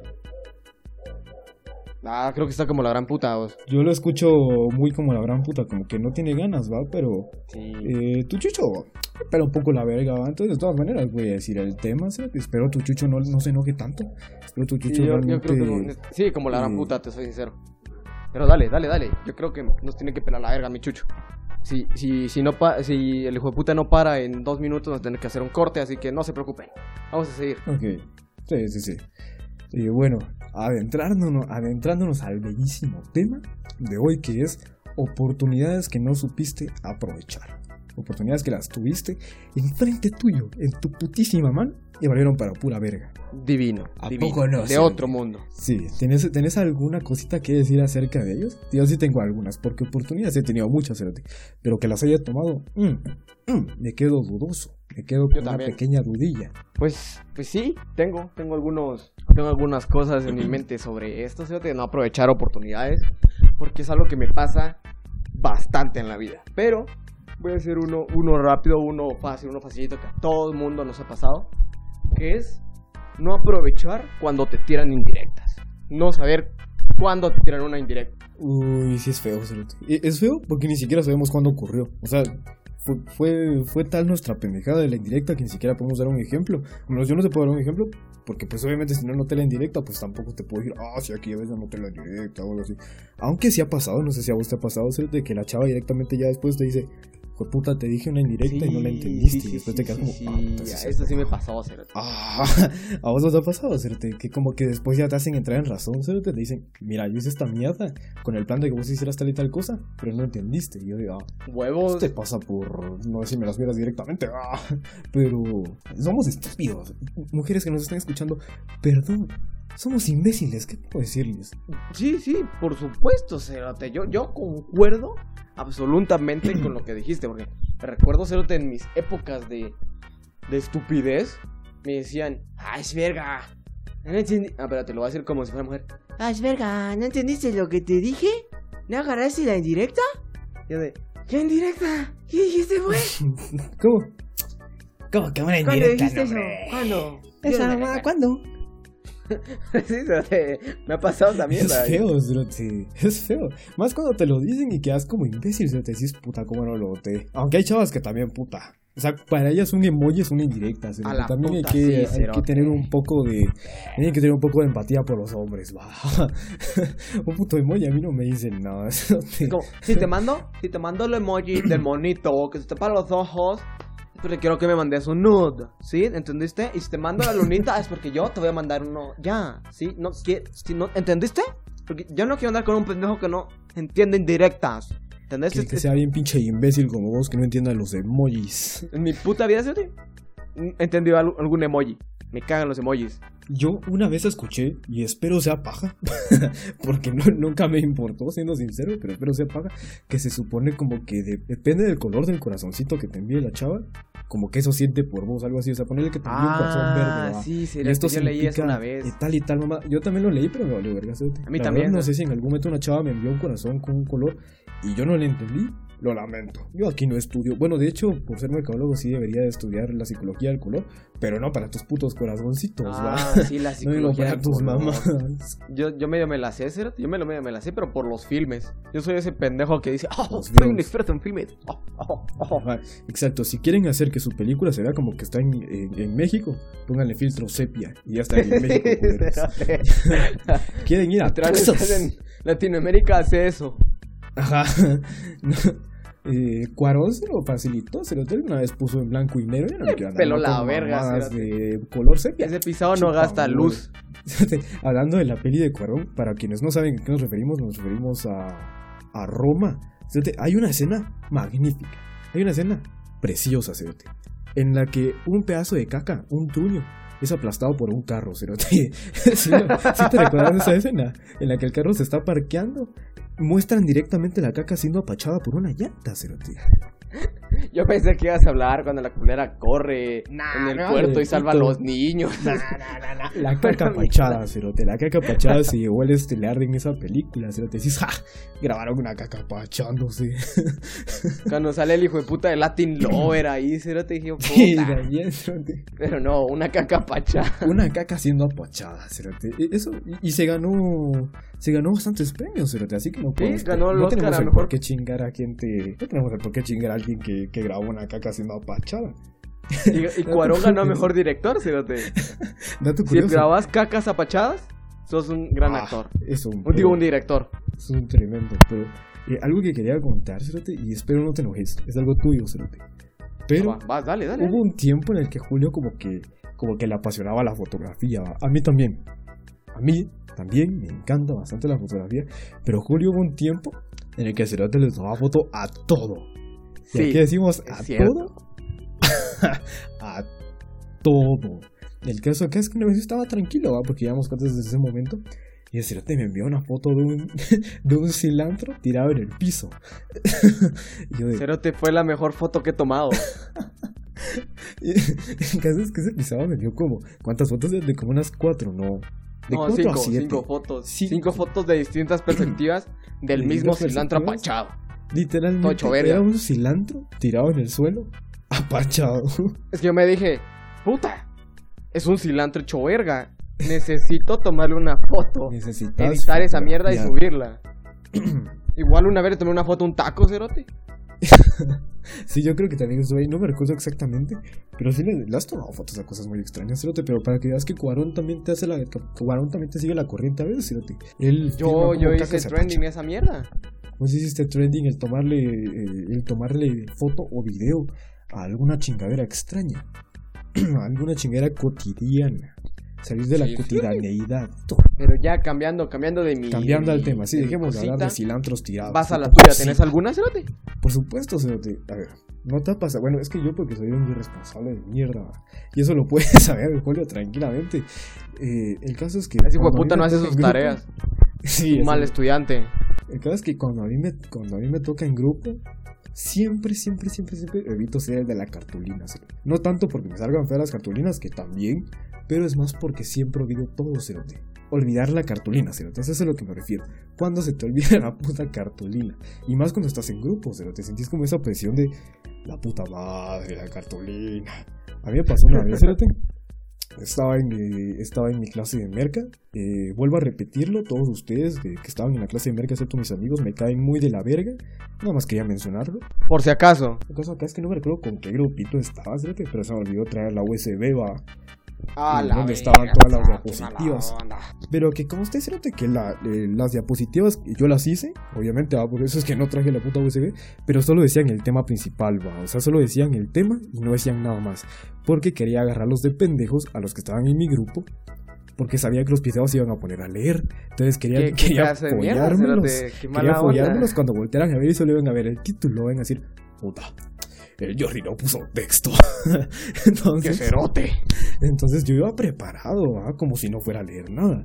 Ah, creo que está como la gran puta, vos. Yo lo escucho muy como la gran puta, como que no tiene ganas, ¿va? Pero Sí. eh, tu chucho, pero un poco la verga, ¿va? Entonces, de todas maneras, voy a decir el tema, ¿sí? Espero tu chucho no, no se enoje tanto. Espero tu chucho Sí, yo, yo realmente... creo que no- sí, como la gran eh, puta, te soy sincero. Pero dale, dale, dale. Yo creo que nos tiene que pelar la verga, mi chucho. Si, si, si, no pa si el hijo de puta no para en dos minutos, nos tiene que hacer un corte, así que no se preocupen. Vamos a seguir. Ok, sí, sí, sí. Y bueno, adentrándonos, adentrándonos al bellísimo tema de hoy, que es oportunidades que no supiste aprovechar. Oportunidades que las tuviste enfrente tuyo, en tu putísima mano, y valieron para pura verga. Divino. ¿A divino, poco no, de sí? otro mundo. Sí, ¿tenés, ¿tenés alguna cosita que decir acerca de ellos? Yo sí tengo algunas, porque oportunidades he tenido muchas, cerote, pero que las haya tomado, mm, mm, me quedo dudoso, me quedo Yo con una también. pequeña dudilla. Pues, pues sí, tengo, tengo algunos, tengo algunas cosas en mi mente sobre esto, fíjate, de no aprovechar oportunidades, porque es algo que me pasa bastante en la vida. Pero voy a hacer uno, uno rápido, uno fácil, uno facilito que a todo el mundo nos ha pasado, que es no aprovechar cuando te tiran indirectas, no saber cuándo te tiran una indirecta. Uy, sí es feo, cerote. E- Es feo porque ni siquiera sabemos cuándo ocurrió. O sea, fue, fue, fue tal nuestra pendejada de la indirecta que ni siquiera podemos dar un ejemplo. Al menos yo no te puedo dar un ejemplo, porque pues obviamente si no noté la indirecta, pues tampoco te puedo decir, ah, sí, aquí ya ves, no noté la indirecta o algo así. Aunque sí ha pasado, no sé si a vos te ha pasado, cerote, que la chava directamente ya después te dice, fue puta, te dije una indirecta y no la entendiste. sí, y después sí, te quedas sí, como, sí, ah, pues eso sí me pasó, cerote. Ah, a vos no te ha pasado, cerote, que como que después ya te hacen entrar en razón, cerote, te dicen, mira, yo hice esta mierda con el plan de que vos hicieras tal y tal cosa, pero no entendiste. Y yo digo, ah, Huevos. esto te pasa por no decirme las vieras directamente, ah, pero somos estúpidos. Mujeres que nos están escuchando, perdón, somos imbéciles, ¿qué puedo decirles? Sí, sí, por supuesto, Cerote. Yo, yo concuerdo absolutamente con lo que dijiste, porque recuerdo, Cerote, en mis épocas de, de estupidez, me decían, ¡ah, es verga! No entendí. Ah, espérate, lo voy a decir como si fuera mujer. ¡Ah, es verga! ¿No entendiste lo que te dije? ¿No agarraste la indirecta? Y yo de, ¿qué indirecta? ¿Qué dijiste, güey? ¿Cómo? ¿Cómo que una ¿Cuándo indirecta? dijiste no, eso? hombre? ¿Cuándo? Esa Yo de- mamá, ¿cuándo? Sí, Cerote, me ha pasado esa mierda. Es feo, cerote, es feo. Más cuando te lo dicen y quedas como imbécil, te decís, puta, cómo no lo noté. Aunque hay chavas que también, puta. O sea, para ellas un emoji es una indirecta, cerote. A la También puta, hay, que, sí, hay cerote. que tener un poco de... Hay que tener un poco de empatía por los hombres, va. Un puto emoji a mí no me dicen nada, cerote. Como, si te mando, si te mando el emoji del monito que se tapa los ojos, es porque quiero que me mandes un nude, ¿sí? ¿Entendiste? Y si te mando la lunita es porque yo te voy a mandar uno ya, ¿sí? No, ¿qué? Si no, ¿entendiste? Porque yo no quiero andar con un pendejo que no entiende indirectas. ¿Entendés? Que, Es- que es- sea bien pinche imbécil como vos, que no entienda los emojis. En mi puta vida, ¿sí? He entendido al- algún emoji. Me cagan los emojis. Yo una vez escuché, y espero sea paja, porque no, nunca me importó, siendo sincero, pero espero sea paja, que se supone como que de- depende del color del corazoncito que te envíe la chava, como que eso siente por vos, algo así, o sea, ponerle que te envíe un corazón verde, ¿va? sí, sí, Y esto yo leí eso significa una vez. y tal y tal, mamá. Yo también lo leí, pero me valió verga. ¿Sabes? A mí La también, verdad, no ¿no? sé si en algún momento una chava me envió un corazón con un color y yo no le entendí. Lo lamento. Yo aquí no estudio. Bueno, de hecho, por ser mercadólogo sí debería de estudiar la psicología del color, pero no para tus putos corazoncitos, Ah, ¿va? sí, la No digo psicología para del tus color. mamás. Yo, yo medio me la sé, ¿cierto? Yo me lo medio me la sé, pero por los filmes. Yo soy ese pendejo que dice, oh, Los soy un filmes. experto en filmes. Oh, oh, oh. Ajá, exacto, si quieren hacer que su película se vea como que está en, en- en México, pónganle filtro sepia y ya está en México. culeros. Quieren ir a Literalmente Texas. en Latinoamérica hace eso. Ajá. No, eh, Cuarón se lo facilitó, se lo dio una vez puso en blanco y negro. Ya no le quiero andar peló con la verga, mamadas cerote. de color sepia. Ese pisado no Chupa gasta huevo. luz. Hablando de la peli de Cuarón, para quienes no saben a qué nos referimos, nos referimos a, a Roma. Cerote, hay una escena magnífica, hay una escena preciosa, cerote, en la que un pedazo de caca, un truño, es aplastado por un carro, cerote. ¿Sí, ¿Sí te recuerdas de esa escena? En la que el carro se está parqueando. Muestran directamente la caca siendo apachada por una llanta, cerote. Yo pensé que ibas a hablar cuando la culera corre nah, en el no, puerto y salva a los niños. Nah, nah, nah, nah. La caca pachada, cerote. La caca pachada se llevó el estelar en esa película, cerote. Decís, ¡ja! Grabaron una caca pachándose. Cuando sale el hijo de puta de Latin Lover ahí, cerote, dije, puta. Sí, bien, cerote. Pero no, una caca pachada. Una caca siendo apachada, cerote. Eso, y, y se ganó se ganó bastantes premios, cerote. Así que no podemos. Sí, ganó el no Oscar tenemos a el mejor. por qué chingar a quien te. No tenemos el por qué chingar a alguien que, que grabó una caca siendo apachada. Y, y Cuarón ganó a mejor director, cerote. Dato Si curioso. grabas cacas apachadas, sos un gran Ah, actor. Es un, Un, digo, un director. es un tremendo. Pero eh, algo que quería contar, cerote, y espero no te enojes. Es algo tuyo, cerote. Pero Va, vas, dale, dale. hubo un tiempo en el que Julio como que como que le apasionaba la fotografía. ¿Va? A mí también. A mí también me encanta bastante la fotografía. Pero Julio hubo un tiempo en el que Cerote le tomaba foto a todo. ¿Y Sí, aquí decimos es a cierto. todo? A todo. El caso acá es que una vez yo estaba tranquilo, ¿va? Porque llevamos cuentas desde ese momento. Y el Cerote me envió una foto de un, de un cilantro tirado en el piso. Y yo de, Cerote fue la mejor foto que he tomado. Y el caso es que ese pisado me dio como, ¿cuántas fotos? De como unas cuatro, no. De No, cuatro cinco, a siete. cinco fotos. Cinco. Cinco fotos de distintas perspectivas del De mismo distintas cilantro perspectivas. apachado. Literalmente Todo hecho verga. era un cilantro tirado en el suelo, apachado. Es que yo me dije, puta, es un cilantro hecho verga. Necesito tomarle una foto, Necesitas editar esa mierda y fotografiar. subirla. Igual una vez le tomé una foto a un taco, cerote. Sí, yo creo que también estuve ahí, no me recuerdo exactamente, pero sí le, le has tomado fotos a cosas muy extrañas, Cerote, pero para que veas que Cuarón también te hace la Cuarón también te sigue la corriente a veces, Cerote. Él Yo, filma yo como hice caca se trending apacha. esa mierda. ¿Cómo se hiciste trending el tomarle eh, el tomarle foto o video a alguna chingadera extraña? A alguna chingadera cotidiana. Salir de la Sí, sí. cotidianeidad. Pero ya cambiando, cambiando de mi... Cambiando de al mi- tema, sí, de mi dejemos de hablar de cosita. cilantros tirados. Vas a la puta tuya, cosita. ¿tenés alguna, cerote? Por supuesto, Cerote. A ver, no te pasa. Bueno, es que yo porque soy un irresponsable de mierda. ¿Va? Y eso lo puedes saber, Julio, tranquilamente. Eh, el caso es que... Ese hijo de cuando a mí puta me no hace toca sus en grupo- tareas. Sí, Un es mal el- estudiante. El caso es que cuando a mí me, cuando a mí me toca en grupo, siempre, siempre, siempre, siempre evito ser el de la cartulina. Cerote. No tanto porque me salgan feas las cartulinas, que también, pero es más porque siempre olvido todo, Cerote. Olvidar la cartulina, Cerote. Eso es a lo que me refiero. Cuando se te olvida la puta cartulina. Y más cuando estás en grupo, Cerote. Sentís como esa presión de la puta madre, la cartulina. A mí me pasó una vez, Cerote. Estaba en, mi, estaba en mi clase de merca. Eh, vuelvo a repetirlo, todos ustedes que, que estaban en la clase de merca, excepto mis amigos, me caen muy de la verga. Nada más quería mencionarlo. Por si acaso. El caso acá es que no me recuerdo con qué grupito estaba, Cerote, pero se me olvidó traer la U S B, va. Ah, Y la donde verga, estaban todas las puta, diapositivas. mala onda. Pero que como usted Cerote, que la, eh, las diapositivas yo las hice, obviamente, va, por eso es que no traje la puta U S B, pero solo decían el tema principal, va, o sea, solo decían el tema y no decían nada más, porque quería agarrarlos de pendejos a los que estaban en mi grupo, porque sabía que los pisados se iban a poner a leer, entonces quería, ¿Qué- qué quería clase de mierda, apoyármelos, Cerote? Qué quería mala onda. apoyármelos cuando voltearan a ver y solo iban a ver el título, van a decir, puta, el Jordi no puso texto. ¡Qué Entonces, cerote! entonces yo iba preparado, ¿va? Como si no fuera a leer nada.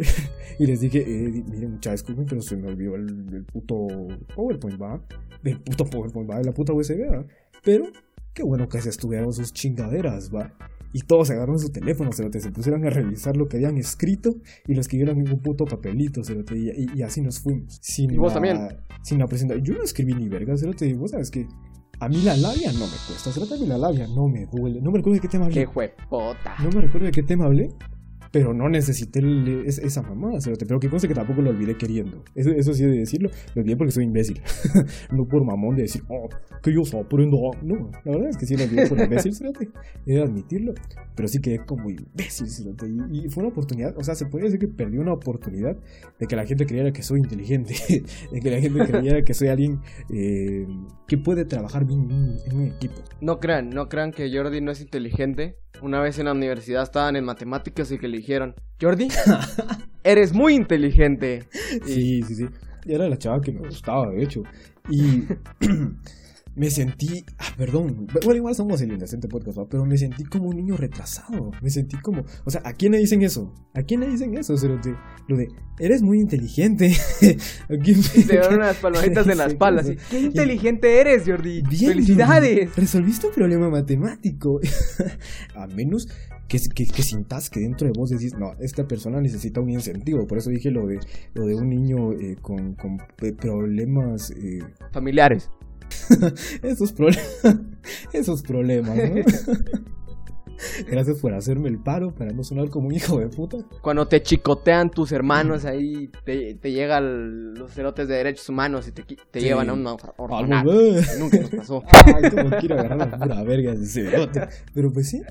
Y les dije, eh, miren muchachos, disculpen, pero se me olvidó el, el puto PowerPoint, ¿va? El puto PowerPoint, ¿va? De la puta U S B, ¿va? Pero qué bueno que se estudiaron sus chingaderas, ¿va? Y todos agarraron su teléfono, cerote, se pusieron a revisar lo que habían escrito y lo escribieron en un puto papelito, cerote, y, y, y así nos fuimos. Sin ¿Y vos la, también? Sin la presentación. Yo no escribí ni verga, cerote, y vos sabes que a mí la labia no me cuesta, cerote, a mí la labia no me duele. No me recuerdo de qué tema hablé. ¡Qué juepota! No me recuerdo de qué tema hablé, pero no necesité el- es- esa mamada, cerote, pero que conste que tampoco lo olvidé queriendo. Eso, eso sí he de decirlo, lo olvidé porque soy imbécil. No por mamón de decir, oh, que yo soy aprendo. No, la verdad es que sí lo olvidé por imbécil, cerote. He de admitirlo, pero sí quedé como imbécil, cerote. Y, y fue una oportunidad, o sea, se podría decir que perdí una oportunidad de que la gente creyera que soy inteligente, de que la gente creyera que soy alguien eh, que puede trabajar bien en, en un equipo. No crean, no crean que Jordi no es inteligente. Una vez en la universidad estaban en matemáticas y que le dijeron, Jordi, eres muy inteligente. Y Sí, sí, sí. Y era la chava que me gustaba, de hecho. Y me sentí, ah, perdón, bueno, igual somos el Indecente Podcast, ¿va? Pero me sentí como un niño retrasado, me sentí como, o sea, ¿a quién le dicen eso? ¿A quién le dicen eso? O sea, lo de, lo de eres muy inteligente. ¿A quién y te dan unas palmaditas en la espalda, así, qué inteligente eres, Jordi, bien, felicidades. Jordi, resolviste un problema matemático. A menos que, que, que sintas que dentro de vos decís, no, esta persona necesita un incentivo. Por eso dije lo de, lo de un niño eh, con, con problemas eh... familiares. esos problemas, esos problemas, ¿no? Gracias por hacerme el paro para no sonar como un hijo de puta. Cuando te chicotean tus hermanos ahí, te, te llegan los cerotes de derechos humanos y te, te sí. llevan a un orfanato. Nunca nos pasó. Ay, como quiero agarrar la pura verga de cerote. Pero pues sí.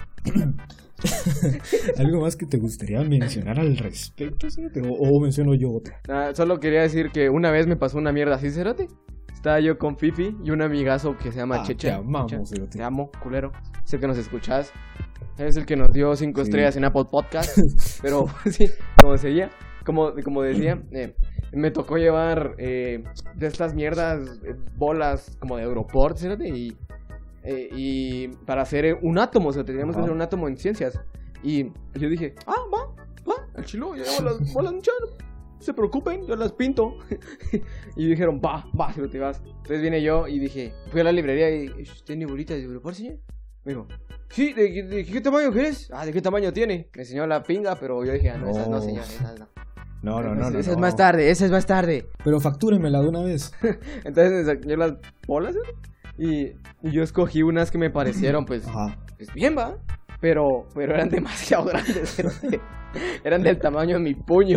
¿Algo más que te gustaría mencionar al respecto, cerote? ¿O, o menciono yo otra? Ah, solo quería decir que una vez me pasó una mierda así, cerote. Estaba yo con Fifi y un amigazo que se llama ah, Cheche. Te amamos, cerote. Te amo, culero. Sé que nos escuchás. Es el que nos dio cinco sí. estrellas en Apple Podcast. Pero sí, como decía, como, como decía, eh, me tocó llevar eh, de estas mierdas, eh, bolas como de Europort, ¿cierto? Y, eh, y para hacer un átomo, o sea, teníamos Ajá. que hacer un átomo en ciencias. Y yo dije, ah, va, va, al chilo, yo llevo las bolas, muchachos. Se preocupen, yo las pinto. Y dijeron, va, va, si no te vas. Entonces vine yo y dije, fui a la librería y, ¿tiene bolitas de Europort, señor? Me dijo, sí, ¿de, de, de qué tamaño quieres? Ah, ¿de qué tamaño tiene? Me enseñó la pinga, pero yo dije, ah, no, no. esas no, señor, esas no. No, no, no, no. Esa no. es más tarde, esa es más tarde. Pero factúrenmela de una vez. Entonces me saqué las bolas, ¿eh? y, y yo escogí unas que me parecieron, pues, Ajá. pues bien, va. Pero, pero eran demasiado grandes, eran del tamaño de mi puño.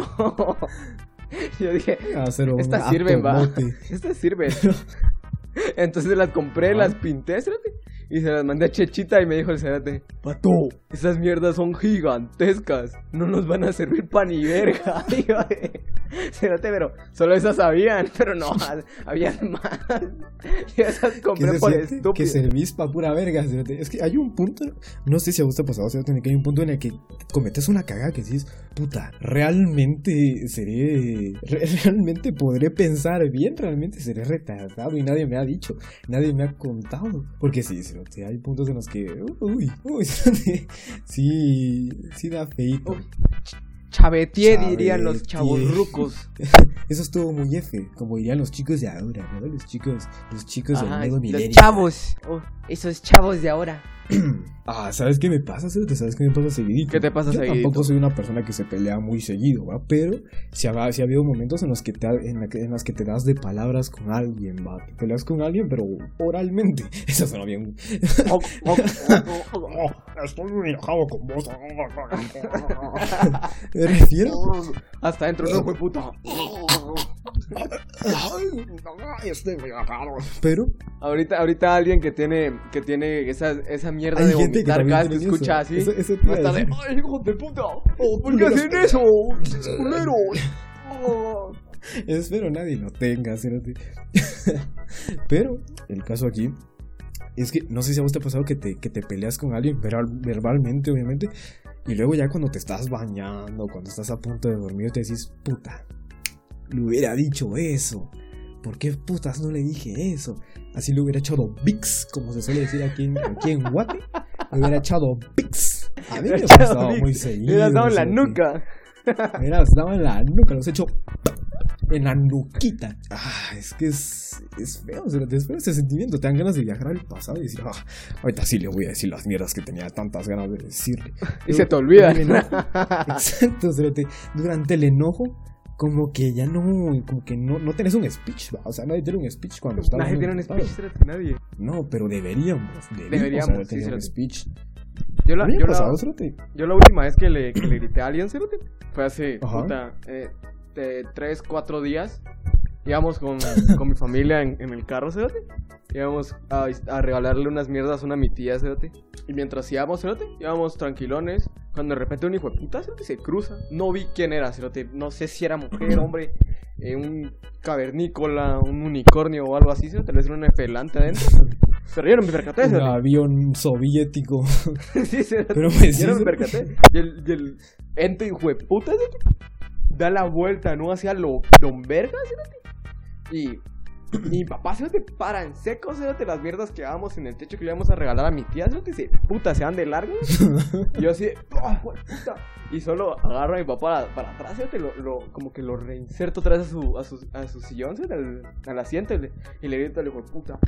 Yo dije, ah, estas sirven, va. Estas sirven. Entonces las compré, Ajá. las pinté, ¿cierto? Y se las mandé a Chechita y me dijo el cerate, pato, esas mierdas son gigantescas, no nos van a servir pa' ni verga. Cerate, pero solo esas habían, pero no, habían más. Y esas compré por estúpido. Que servís pa' pura verga, cerate. Es que hay un punto, no sé si a vos te ha pasado, cerate, que hay un punto en el que cometes una cagada que decís, puta, realmente seré, re- realmente podré pensar bien, realmente seré retardado y nadie me ha dicho, nadie me ha contado, porque sí, sí, hay puntos en los que, uy, uy, sí, sí da feito. Chavetier dirían los chavos rucos. Eso estuvo muy F, como dirían los chicos de ahora, ¿no? Los chicos, los chicos del nuevo milenio. Los chavos, oh, esos chavos de ahora. Ah, ¿sabes qué me pasa? ¿Sabes qué me pasa seguidito? ¿Qué te pasa Yo seguidito? Tampoco soy una persona que se pelea muy seguido, ¿va? Pero si ha, si ha habido momentos en los que te en, la que, en los que te das de palabras con alguien, ¿va? Te peleas con alguien, pero oralmente. Eso suena bien. Oh, oh, oh, oh, oh, estoy muy enojado con vos. Me refiero. Hasta dentro, no, fue puta. Estoy muy enojado. Pero ahorita, ahorita alguien que tiene, que tiene esa, esa mierda de vomitar cada vez que escucha así. Eso, eso va a estar de, ay, hijo de puta. Oh, ¿por qué hacen eso? Culero. Oh. Espero nadie lo tenga, ¿cierto? Pero el caso aquí es que no sé si a vos te ha pasado que te, que te peleas con alguien verbal, verbalmente, obviamente, y luego ya cuando te estás bañando, cuando estás a punto de dormir, te decís, puta, le hubiera dicho eso. ¿Por qué putas no le dije eso? Así le hubiera echado Vicks, como se suele decir aquí en, aquí en Guate. Le hubiera echado Vicks. A mí me ha pasado muy seguido. Me hubieras dado en la nuca. Me hubieras dado en la nuca, los he hecho en la nuquita. Ah, es que es, es feo, o sea, te espera ese sentimiento. Te dan ganas de viajar al pasado y decir, ah, ahorita sí le voy a decir las mierdas que tenía tantas ganas de decirle. Y Pero, se te olvida. Exacto, o sea, te, durante el enojo, como que ya no, como que no, no tenés un speech, ¿va? O sea, nadie tiene un speech cuando está. Nadie tiene un speech, nadie. No, pero deberíamos, deberíamos, deberíamos tener sí, un speech. Yo la, yo, pasado, la, yo la última vez que le, que le grité a alguien, cerote, fue hace, puta, eh, de tres, cuatro días. Íbamos con, con mi familia en, en el carro, cerote. Íbamos a, a regalarle unas mierdas a una mi tía, cerote. Y mientras íbamos, cerote, íbamos tranquilones. Cuando de repente un hijo de puta, cerote, se cruza. No vi quién era, cerote. No sé si era mujer, hombre, eh, un cavernícola, un unicornio o algo así, cerote. Le hicieron un efelante adentro. Pero yo no me percaté, cerote. Un avión soviético. Sí, cerote. Pero me yo no me percaté. Y el, y el ente hijo de puta, cerote, da la vuelta, ¿no? Hacia lo don verga, cerote. Y Y mi papá se te para en seco, se te las mierdas que dábamos en el techo que le íbamos a regalar a mi tía, se te dice, puta, se van de largo. Y yo así, ¡oh, puta! Y solo agarro a mi papá para, para atrás, se te lo, lo, como que lo reinserto otra vez a su, a su, a su sillón, se te al, al asiento y le, y le grito al hijo de puta,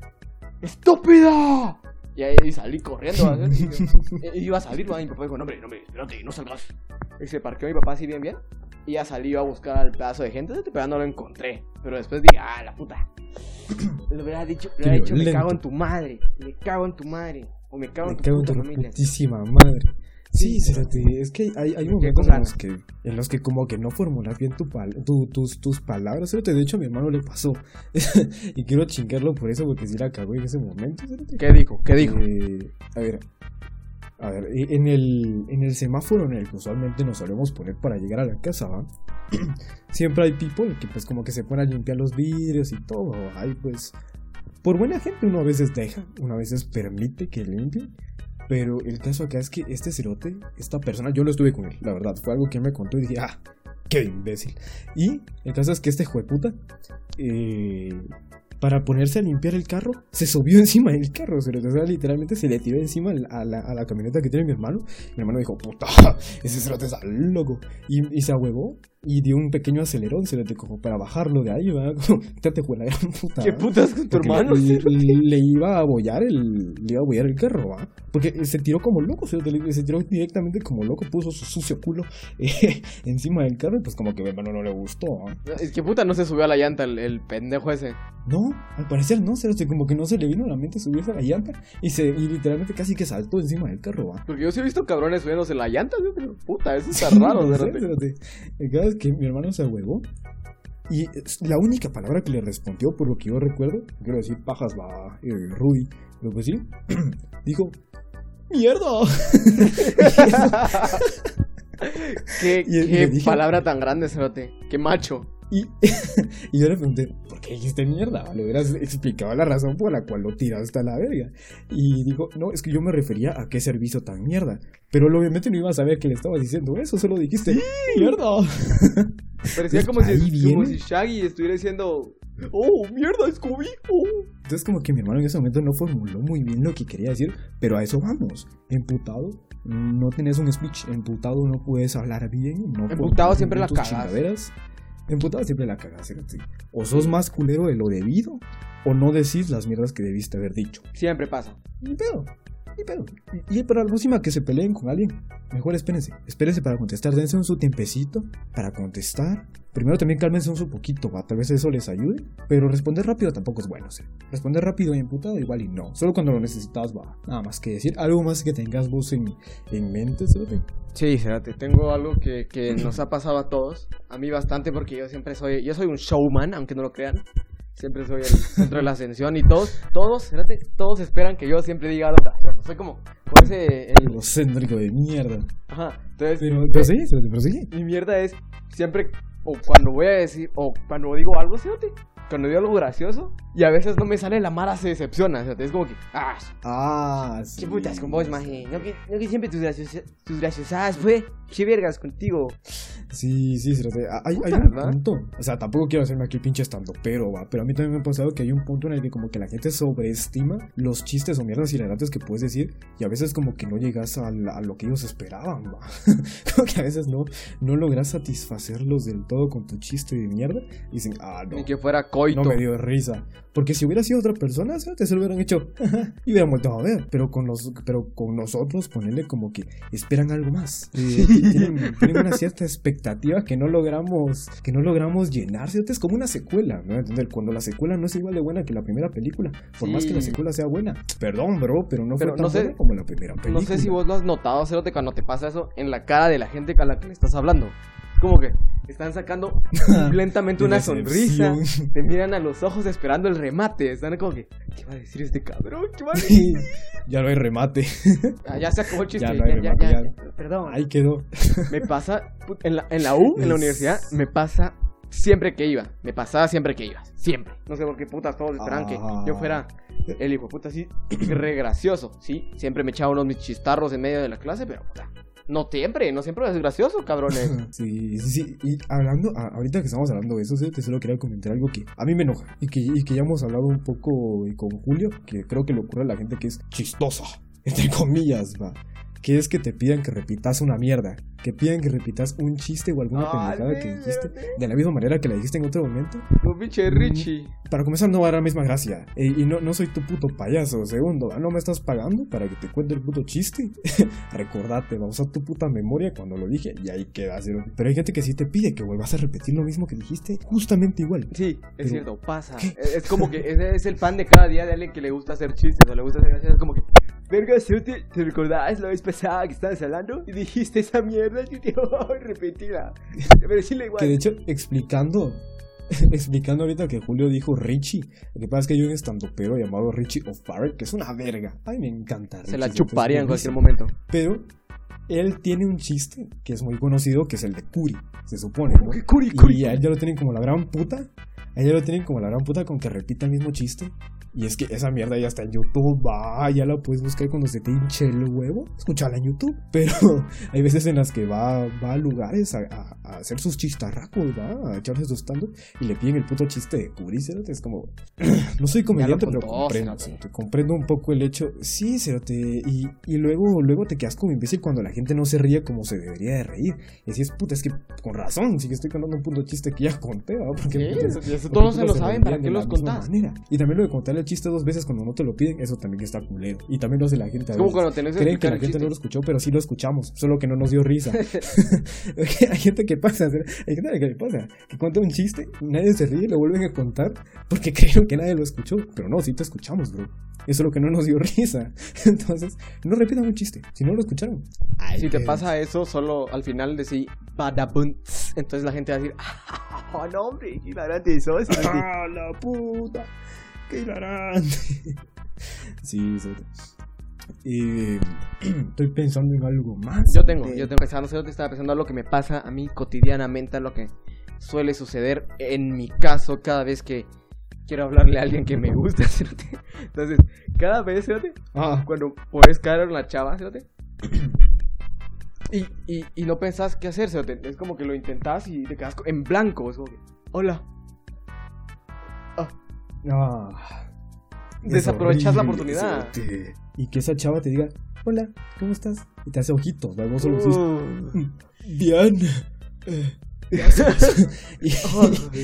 ¡estúpida! Y ahí salí corriendo, ¿verdad? Y iba a salir, ¿verdad? Y mi papá dijo, no, hombre, no, hombre, espérate, no salgas. Y se parqueó mi papá así bien, bien. Y ya salí a buscar al pedazo de gente, pero no lo encontré. Pero después dije, ah, la puta. Le hubiera dicho, le hubiera dicho, me cago en tu madre. Me cago en tu madre. O me cago en tu, me cago puta en tu familia. putísima madre. Sí, Sí, espérate, es que hay, hay momentos en los, que, en los que como que no formulas bien tu pal, tu, tus, tus palabras, espérate, de hecho a mi hermano le pasó. Y quiero chingarlo por eso, porque sí la cagó en ese momento, espérate. ¿Qué dijo? ¿Qué dijo? Eh, a ver, a ver, en el, en el semáforo en el que usualmente nos solemos poner para llegar a la casa, ¿va? Siempre hay people que pues como que se ponen a limpiar los vidrios y todo. Hay pues, por buena gente uno a veces deja, uno a veces permite que limpie. Pero el caso acá es que este cerote, esta persona, yo no estuve con él, la verdad, fue algo que él me contó y dije, ah, qué imbécil. Y el caso es que este jueputa, eh, para ponerse a limpiar el carro, se subió encima del carro, cerote, o sea, literalmente se le tiró encima a la, a la camioneta que tiene mi hermano. Mi hermano dijo, puta, ese cerote está loco. Y, y se ahuevó y dio un pequeño acelerón, cerote, como para bajarlo de ahí, ¿verdad? Como, te fue la gran puta. ¿Qué putas con tu hermano? Le, le, le iba a abollar el, le iba a abollar el carro, ¿va? Porque se tiró como loco, se, se tiró directamente como loco, puso su sucio culo eh, encima del carro y pues como que a mi hermano no le gustó, ¿va? Es que puta no se subió a la llanta el, el pendejo ese. No, al parecer no, se, como que no se le vino a la mente subirse a la llanta y, se, y literalmente casi que saltó encima del carro, ¿va? Porque yo sí he visto cabrones subiéndose en la llanta, ¿no? Pero puta, eso está Sí, raro, no de sé, repente. espérate. El caso es que mi hermano se ahuevó y la única palabra que le respondió, por lo que yo recuerdo, quiero decir pajas, va, eh, Rudy, pero pues sí, dijo, ¡mierda! Qué, Y- y qué le dije- palabra tan grande, cerote. Qué macho. Y, y yo le pregunté, ¿por qué dijiste mierda? Le hubieras explicado la razón por la cual lo tiraste a la verga. Y dijo, no, es que yo me refería a qué servicio tan mierda. Pero él obviamente no iba a saber que le estabas diciendo eso, solo dijiste, ¡mierda! Parecía como Ahí si, como viene. si Shaggy estuviera diciendo, ¡oh, mierda, Scooby! Oh. Entonces como que mi hermano en ese momento no formuló muy bien lo que quería decir, pero a eso vamos. Emputado, no tenés un speech. Emputado no puedes hablar bien. No Emputado siempre la tus cagas. chingaderas. Emputado siempre la cagas, fíjate. O sos más culero de lo debido, o no decís las mierdas que debiste haber dicho. Siempre pasa. Ni pedo, ni pedo. Y, y para la próxima que se peleen con alguien, mejor espérense. Espérense para contestar, dense un su tiempecito para contestar. Primero también cálmense un su poquito, va, tal vez eso les ayude. Pero responder rápido tampoco es bueno, ¿sí? Responder rápido y emputado igual y no. Solo cuando lo necesitas, va. Nada más que decir. Algo más que tengas vos en, en mente, ¿sí? Sí, fíjate, tengo algo que, que nos ha pasado a todos. A mí bastante porque yo siempre soy, yo soy un showman, aunque no lo crean. Siempre soy el centro de la atención y todos, todos, fíjate, todos esperan que yo siempre diga algo gracioso. Soy como, como ese, el... Egocéntrico de mierda. Ajá, entonces... Pero, pero sí, pero sí. Mi mierda es siempre, o cuando voy a decir, o cuando digo algo, fíjate, cuando digo algo gracioso, y a veces no me sale, la mara se decepciona, fíjate, es como que, ah, Ah, sí. qué putas con vos, maje, no que, no que siempre tus, graciosa, tus graciosadas, fue, qué vergas contigo. Sí, sí, sí, hay, hay Puta, un ¿verdad? punto, o sea, tampoco quiero hacerme aquí pinche estando pero, va, pero a mí también me ha pasado que hay un punto en el que como que la gente sobreestima los chistes o mierdas hilarantes que puedes decir y a veces como que no llegas a, la- a lo que ellos esperaban, va. Como que a veces no, no logras satisfacerlos del todo con tu chiste de mierda y dicen, ah, no, Ni que fuera coito. no me dio risa. Porque si hubiera sido otra persona, ¿sabes? Se lo hubieran hecho y hubieran vuelto a ver. Pero con, los, pero con nosotros, ponerle como que esperan algo más. Eh, tienen, tienen una cierta expectativa que no logramos que no logramos llenar. ¿Cierto? Es como una secuela, ¿no? Entonces, cuando la secuela no es igual de buena que la primera película, por Sí. más que la secuela sea buena, perdón, bro, pero no Pero fue tan no sé- buena como la primera película. No sé si vos lo has notado, Cerote, cuando te pasa eso en la cara de la gente con la que le estás hablando. Es como que están sacando lentamente una sonrisa, Decepción. te miran a los ojos esperando el remate. Están como que, ¿qué va a decir este cabrón? ¿Qué va a decir? Ya no hay remate. Ah, ya se acabó el chiste. Ya Ya, no hay ya, remate, ya, ya. Perdón. Ahí quedó. Me pasa, put- en la, en la U, en la Es- universidad, me pasa siempre que iba. Me pasaba siempre que iba. Siempre. No sé por qué putas todos esperan que Ah. yo fuera el hijo de puta así, re gracioso. Sí, siempre me echaba unos mis chistarros en medio de la clase, pero puta. No siempre, no siempre es gracioso, cabrones. Sí, sí, sí. Y hablando, a- ahorita que estamos hablando de eso, sí, te solo quería comentar algo que a mí me enoja. Y que, y que ya hemos hablado un poco con Julio, que creo que le ocurre a la gente que es chistosa, entre comillas, va. Que es que te pidan que repitas una mierda. Que pidan que repitas un chiste o alguna Ah, pendejada que sí, dijiste sí. de la misma manera que la dijiste en otro momento. No, pinche Richie. Para comenzar, no va a dar la misma gracia. E- y no, no soy tu puto payaso. Segundo, ¿ah? ¿No me estás pagando para que te cuente el puto chiste? Recordate, va a usar tu puta memoria cuando lo dije y ahí queda. ¿Sí? Pero hay gente que sí te pide que vuelvas a repetir lo mismo que dijiste justamente igual. Sí, es Pero, cierto, pasa. ¿qué? Es, es como que es, es el pan de cada día de alguien que le gusta hacer chistes o le gusta hacer gracias. Es como que, verga, ¿te, ¿te recordás la vez pasada que estabas hablando? Y dijiste esa mierda, y te repetida. Pero decirle igual. Que de hecho, explicando, explicando ahorita que Julio dijo Richie, lo que pasa es que hay un estandopero llamado Richie O'Farrell, que es una verga. Ay, me encanta. Se Richie, la entonces, chuparía en cualquier buenísimo. momento. Pero él tiene un chiste que es muy conocido, que es el de Curi, se supone, ¿no? Que Curi, Curi. Y a él ya lo tienen como la gran puta. A él ya lo tienen como la gran puta con que repita el mismo chiste. Y es que esa mierda ya está en YouTube, va, ya la puedes buscar cuando se te hinche el huevo, escucharla en YouTube. Pero hay veces en las que va, va a lugares a, a, a hacer sus chistarracos, va, a echarse sus stand y le piden el puto chiste de Curi, cerote. Es como, no soy comediante, contó, pero comprendo, cerote. te comprendo un poco el hecho. Sí, cerote, y, y luego, luego te quedas como imbécil cuando la gente no se ríe como se debería de reír. Y así es, puta, es que con razón, sí que estoy contando un puto chiste que ya conté, ¿va? Porque, Sí, puta, eso- y eso porque todos se puta lo saben, ¿para reirían qué de la los misma contás? manera. Y también lo de contar el chiste dos veces cuando no te lo piden, eso también está culero. Y también lo hace la gente a Es como veces. cuando tenés que Creen que explicar la el gente chiste. no lo escuchó, pero sí lo escuchamos, solo que no nos dio risa. Hay gente que pasa, hay gente que le pasa, que cuenta un chiste, nadie se ríe, lo vuelven a contar porque creyeron que nadie lo escuchó, pero no, sí te escuchamos, bro. Eso es lo que no nos dio risa. Entonces, no repitan un chiste, si no lo escucharon. Ay, Si te qué- pasa eso, solo al final decís badabun, entonces la gente va a decir, oh, no, hombre, qué hilarante sos. ¡Ah, la puta! ¡Qué hilarante! Sí, sí. Y estoy pensando en algo más. Yo tengo, Eh, yo tengo pensando, yo te estaba pensando a lo que me pasa a mí cotidianamente, a lo que suele suceder en mi caso cada vez que quiero hablarle a alguien que me gusta, ¿cierto? Entonces, cada vez, ¿cierto? Ah, Cuando puedes caer en la chava, ¿cierto? Y, y, y no pensás qué hacer, ¿cierto? Es como que lo intentás y te quedas co- en blanco, es como que, hola. ah. Es Desaprovechas la horrible, oportunidad. cerote. Y que esa chava te diga, hola, ¿cómo estás? Y te hace ojitos, ¿verdad? Vos solo decís, Uh. bien. Eh, gracias. Y- Ay.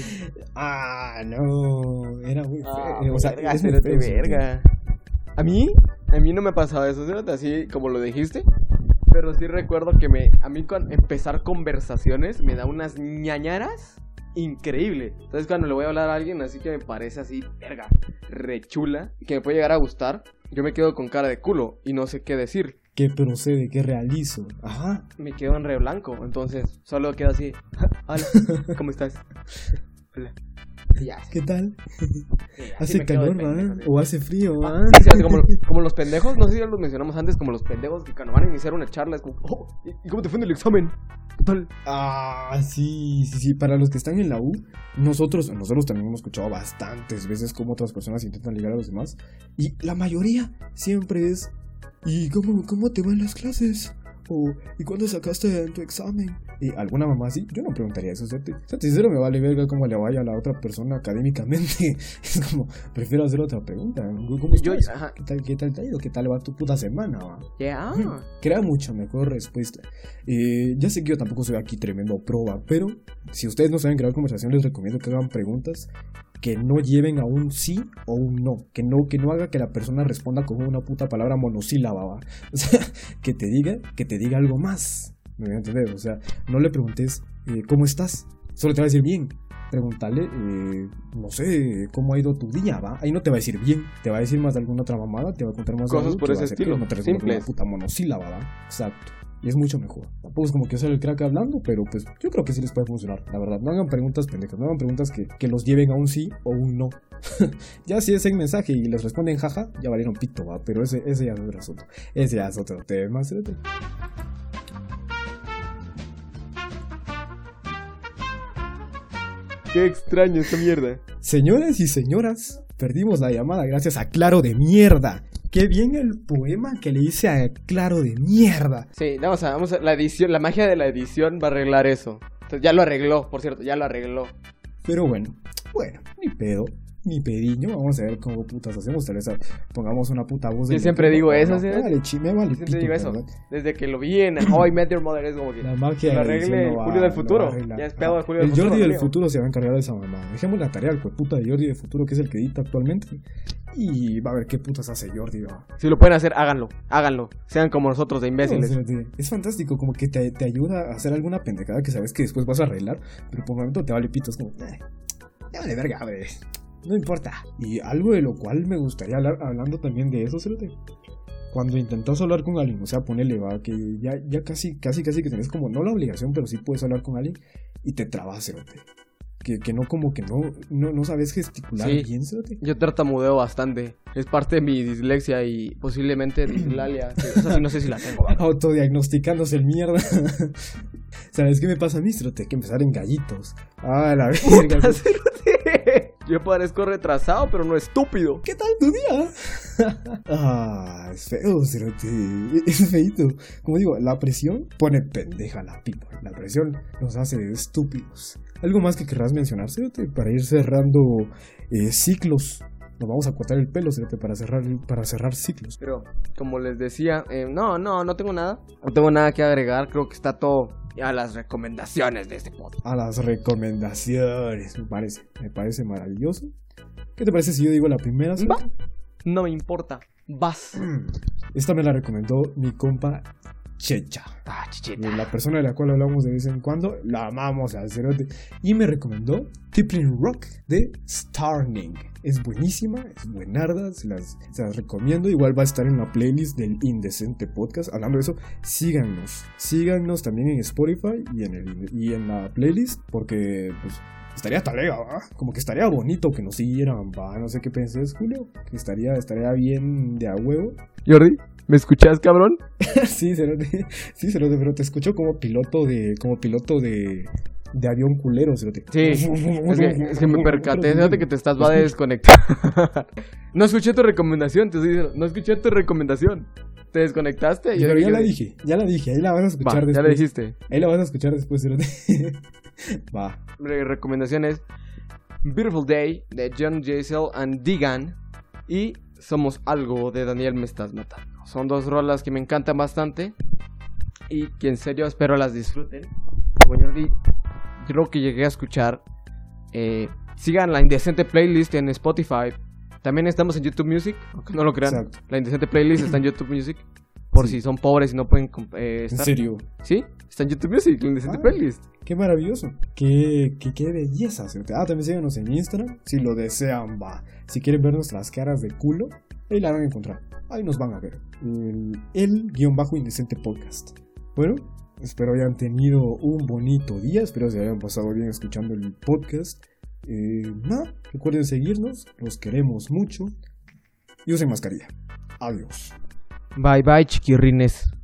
ah, no. Era muy feo. Ah, o sea, verga, es muy cerote, feo, cerote. verga. A mí, a mí no me ha pasado eso, cerote, así como lo dijiste. Pero sí recuerdo que me, a mí con empezar conversaciones me da unas ñañaras increíble. Entonces cuando le voy a hablar a alguien así que me parece así, verga, rechula, y que me puede llegar a gustar, yo me quedo con cara de culo y no sé qué decir. ¿Qué procede? ¿Qué realizo? Ajá. Me quedo en re blanco, entonces solo quedo así, hola, ¿cómo estás? Hola. Y ya, ¿Qué tal? sí, así ¿Hace me quedo de calor, pendejo, va? sí. ¿O hace frío, va? Ah, sí, sí, así como, como los pendejos, no sé si ya los mencionamos antes, como los pendejos que cuando van a iniciar una charla es como, oh, ¿y cómo te fue en el examen? ¿Qué tal? Ah, sí, sí, sí. Para los que están en la U, nosotros, nosotros también hemos escuchado bastantes veces cómo otras personas intentan ligar a los demás. Y la mayoría siempre es, ¿y cómo, cómo te van las clases? O, ¿y cuándo sacaste tu examen? Y alguna mamá así, yo no preguntaría eso, ¿cierto? O sea, sincero me vale verga cómo le vaya a la otra persona académicamente. Es como, prefiero hacer otra pregunta. ¿Cómo Yo, estás? ajá, ¿Qué tal, qué tal te ha ido? ¿Qué tal va tu puta semana, va? ya. Crea mucha mejor respuesta. Eh, ya sé que yo tampoco soy aquí tremendo proba, pero si ustedes no saben crear conversación, les recomiendo que hagan preguntas que no lleven a un sí o un no, que no, que no haga que la persona responda con una puta palabra monosílaba, ¿va? O sea, que te diga, que te diga algo más, ¿me voy a entender? O sea, no le preguntes, eh, ¿cómo estás? Solo te va a decir bien. Pregúntale, eh, no sé, cómo ha ido tu día, ¿va? Ahí no te va a decir bien, te va a decir más de alguna otra mamada, te va a contar más de Cosas algo por que ese va a hacer que estilo, no te responda con una simples. puta monosílaba, ¿va? Exacto. Y es mucho mejor. Tampoco es como que yo soy el crack hablando, pero pues yo creo que sí les puede funcionar, la verdad. No hagan preguntas pendejas, no hagan preguntas que, que los lleven a un sí o un no. Ya si es en mensaje y les responden jaja, ya valieron pito, va. Pero ese, ese ya es otro asunto. Ese ya es otro tema, ¿cierto? Qué extraño esta mierda. Señores y señoras, perdimos la llamada gracias a Claro de mierda. qué bien el poema que le hice a Claro de mierda. Sí, vamos a, vamos a, la edición, la magia de la edición va a arreglar eso. Entonces, ya lo arregló, por cierto, ya lo arregló. Pero bueno, bueno, ni pedo, ni pediño, vamos a ver cómo putas hacemos, tal vez pongamos una puta voz de... Yo siempre digo eso, ¿sí? Me vale, chi, me vale Siempre pito, digo eso, ¿verdad? desde que lo vi en How I Met Your Mother es como que La magia lo de la edición arregle no va- Julio del no futuro, va a arreglar. ya es pedo de Julio El del futuro. Jordi del amigo. futuro se va a encargar de esa mamá. Dejemos la tarea al puta de Jordi del futuro, que es el que edita actualmente. Y va a ver qué putas hace Jordi, va. Si lo pueden hacer, háganlo, háganlo, sean como nosotros de imbéciles. No, es- es fantástico, como que te, te ayuda a hacer alguna pendejada que sabes que después vas a arreglar, pero por el momento te vale pito, es como, eh, ya vale verga, hombre, no importa. Y algo de lo cual me gustaría hablar, hablando también de eso, cerote, cuando intentas hablar con alguien, o sea, ponele, va, que ya, ya casi, casi, casi que tenés como, no la obligación, pero sí puedes hablar con alguien y te trabas, cerote. Que, que no, como que no, no, no sabes gesticular Sí. bien, cerote. Yo tartamudeo bastante, es parte de mi dislexia y posiblemente dislalia, sí, eso sí no sé si la tengo. ¿va? Autodiagnosticándose el mierda. ¿Sabes qué me pasa a mí, cerote? Hay que empezar en gallitos. Ah, la verga. Cerote. Yo parezco retrasado, pero no estúpido. ¿Qué tal tu día? Ah, es feo, cerote. Es feito. Como digo, la presión pone pendeja a la pipa. La presión nos hace estúpidos. ¿Algo más que querrás mencionar, cerote? Para ir cerrando eh, ciclos. Nos vamos a cortar el pelo, cerote, para cerrar, para cerrar ciclos. Pero, como les decía, eh, no, no, no tengo nada. No tengo nada que agregar, creo que está todo a las recomendaciones de este podcast. A las recomendaciones, me parece. Me parece maravilloso. ¿Qué te parece si yo digo la primera, Va, cerote? no me importa, vas. Esta me la recomendó mi compa Checha. Ah, chichita. La persona de la cual hablamos de vez en cuando, la amamos al cerote. Y me recomendó Tippling Rock de Starning. Es buenísima, es buenarda, se las, se las recomiendo. Igual va a estar en la playlist del Indecente Podcast. Hablando de eso, síganos. Síganos también en Spotify y en, el, y en la playlist, porque pues estaría talega, ¿va? Como que estaría bonito que nos siguieran, ¿va? No sé qué pensés, Julio. Que estaría, estaría bien de a huevo. Jordi, ¿me escuchas, cabrón? Sí, cerote, sí, cerote, pero te escucho como piloto de, como piloto de, de avión culero, cerote. Sí, es que, es que me percaté, fíjate que te estás va a desconectar. No escuché tu recomendación, te estoy diciendo, no escuché tu recomendación. ¿Te desconectaste? Y yo Pero ya dije, la dije, ya la dije, ahí la vas a Va, escuchar ya después. la dijiste. Ahí la vas a escuchar después, cerote. Va. Mi recomendación es Beautiful Day de John Jaisel and Digan y Somos Algo de Daniel Me Estás Matando. Son dos rolas que me encantan bastante y que en serio espero las disfruten. Como Jordi, creo que llegué a escuchar. Eh, sigan la Indecente Playlist en Spotify. También estamos en YouTube Music, aunque no lo crean. Exacto. La Indecente Playlist está en YouTube Music. Por Sí. si son pobres y no pueden eh, En estar. serio. Sí, está en YouTube Music, la Indecente Ah. Playlist. Qué maravilloso. Qué, qué, qué belleza, cerote. Ah, también síganos en Instagram. Si lo desean, va. Si quieren ver nuestras caras de culo, ahí la van a encontrar. Ahí nos van a ver. El, el guión bajo Indecente Podcast. Bueno, espero hayan tenido un bonito día. Espero se hayan pasado bien escuchando el podcast. Eh, nada, recuerden seguirnos. Los queremos mucho. Y usen mascarilla. Adiós. Bye bye, chiquirrines.